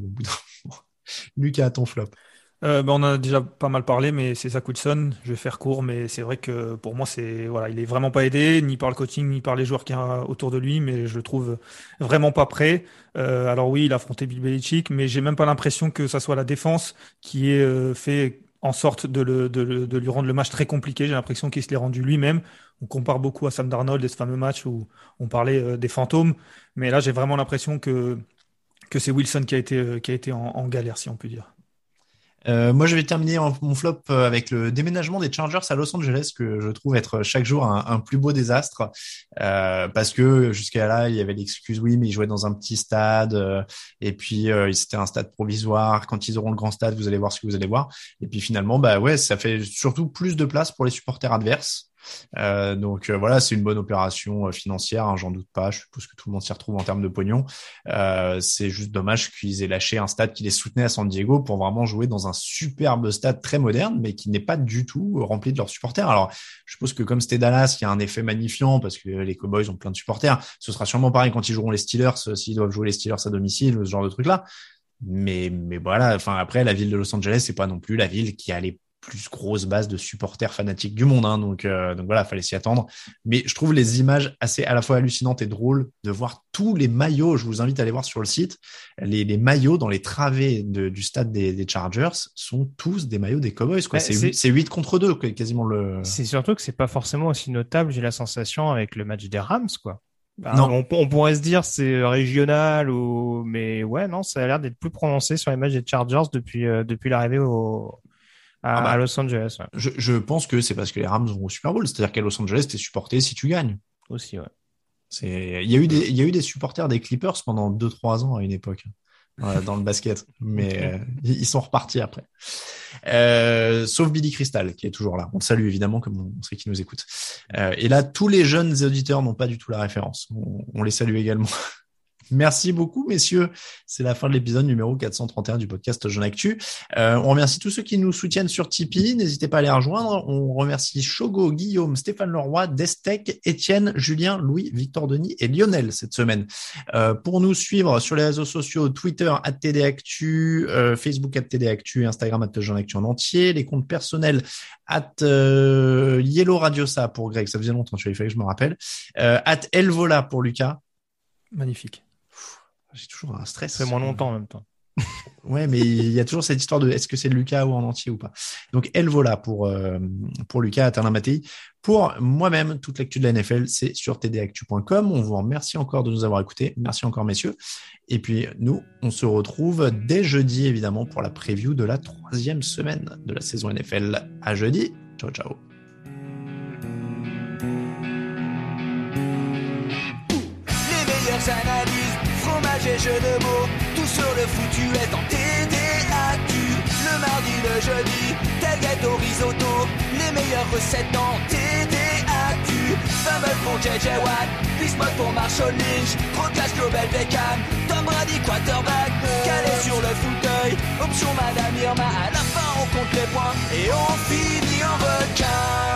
Lucas, ton flop. Euh, ben on a déjà pas mal parlé, mais c'est Zach Wilson. Je vais faire court, mais c'est vrai que pour moi, c'est voilà, il est vraiment pas aidé, ni par le coaching, ni par les joueurs qui sont autour de lui, mais je le trouve vraiment pas prêt. Euh, alors oui, il a affronté Bill Belichick, mais j'ai même pas l'impression que ça soit la défense qui ait euh, fait en sorte de, le, de, le, de lui rendre le match très compliqué. J'ai l'impression qu'il se l'est rendu lui-même. On compare beaucoup à Sam Darnold et ce fameux match où on parlait euh, des fantômes, mais là, j'ai vraiment l'impression que que c'est Wilson qui a été euh, qui a été en, en galère, si on peut dire. Euh, moi, je vais terminer mon flop avec le déménagement des Chargers à Los Angeles, que je trouve être chaque jour un, un plus beau désastre, euh, parce que jusqu'à là, il y avait l'excuse, oui, mais ils jouaient dans un petit stade, euh, et puis euh, c'était un stade provisoire. Quand ils auront le grand stade, vous allez voir ce que vous allez voir. Et puis finalement, bah ouais, ça fait surtout plus de place pour les supporters adverses. Euh, donc euh, voilà, c'est une bonne opération euh, financière, hein, j'en doute pas. Je suppose que tout le monde s'y retrouve en termes de pognon. Euh, c'est juste dommage qu'ils aient lâché un stade qui les soutenait à San Diego pour vraiment jouer dans un superbe stade très moderne, mais qui n'est pas du tout rempli de leurs supporters. Alors, je suppose que comme c'était Dallas, il y a un effet magnifiant parce que les Cowboys ont plein de supporters. Ce sera sûrement pareil quand ils joueront les Steelers, s'ils doivent jouer les Steelers à domicile, ce genre de trucs-là. Mais, mais voilà, enfin après, la ville de Los Angeles, c'est pas non plus la ville qui a les plus grosse base de supporters fanatiques du monde, hein, donc euh, donc voilà, fallait s'y attendre. Mais je trouve les images assez à la fois hallucinantes et drôles de voir tous les maillots. Je vous invite à aller voir sur le site. Les, les maillots dans les travées de, du stade des, des Chargers sont tous des maillots des Cowboys, quoi. Ouais, c'est, c'est... c'est huit contre deux, quasiment le. C'est surtout que c'est pas forcément aussi notable, j'ai la sensation, avec le match des Rams, quoi. Bah, non. On, on pourrait se dire c'est régional ou, mais ouais, non, ça a l'air d'être plus prononcé sur les matchs des Chargers depuis euh, depuis l'arrivée au À, ah bah, à Los Angeles. Ouais. Je, je pense que c'est parce que les Rams vont au Super Bowl. C'est-à-dire qu'à Los Angeles, t'es supporté si tu gagnes. Aussi, ouais. C'est, il y a eu des, il y a eu des supporters des Clippers pendant deux, trois ans à une époque. Voilà, dans le basket. Mais, euh, ils sont repartis après. Euh, sauf Billy Crystal, qui est toujours là. On le salue évidemment, comme on sait qu'il nous écoute. Euh, et là, tous les jeunes auditeurs n'ont pas du tout la référence. On, on les salue également. Merci beaucoup, messieurs. C'est la fin de l'épisode numéro quatre cent trente et un du podcast Jeune Actu. Euh, on remercie tous ceux qui nous soutiennent sur Tipeee. N'hésitez pas à les rejoindre. On remercie Shogo, Guillaume, Stéphane Leroy, Destec, Étienne, Julien, Louis, Victor Denis et Lionel cette semaine. Euh, pour nous suivre sur les réseaux sociaux, Twitter, arobase T D Actu, euh, Facebook, arobase T D Actu, Instagram, arobase Jeune Actu en entier. Les comptes personnels, arobase euh, Yellow Radiosa pour Greg. Ça faisait longtemps, tu vois, il fallait que je me rappelle. Euh, arobase Elvola pour Lucas. Magnifique. J'ai toujours un stress. Ça fait moins longtemps en même temps. Ouais, mais il y a toujours cette histoire de est-ce que c'est Lucas ou en entier ou pas. Donc, Elvola pour euh, pour Lucas, Aterna Mattei. Pour moi-même, toute l'actu de la N F L, c'est sur t d actu point com. On vous remercie encore de nous avoir écoutés. Merci encore, messieurs. Et puis, nous, on se retrouve dès jeudi, évidemment, pour la preview de la troisième semaine de la saison N F L. À jeudi. Ciao, ciao. Les meilleures analyses, fromage et jeux de mots, tout sur le foutu est en T D A Q. Le mardi, le jeudi, tailgate au risotto, les meilleures recettes en T D A Q. Fumble pour J J Watt, Bismuth pour Marshall Lynch, Rocas Global Beckham, Tom Brady quarterback, calé sur le fauteuil, option Madame Irma, à la fin on compte les points et on finit en requin.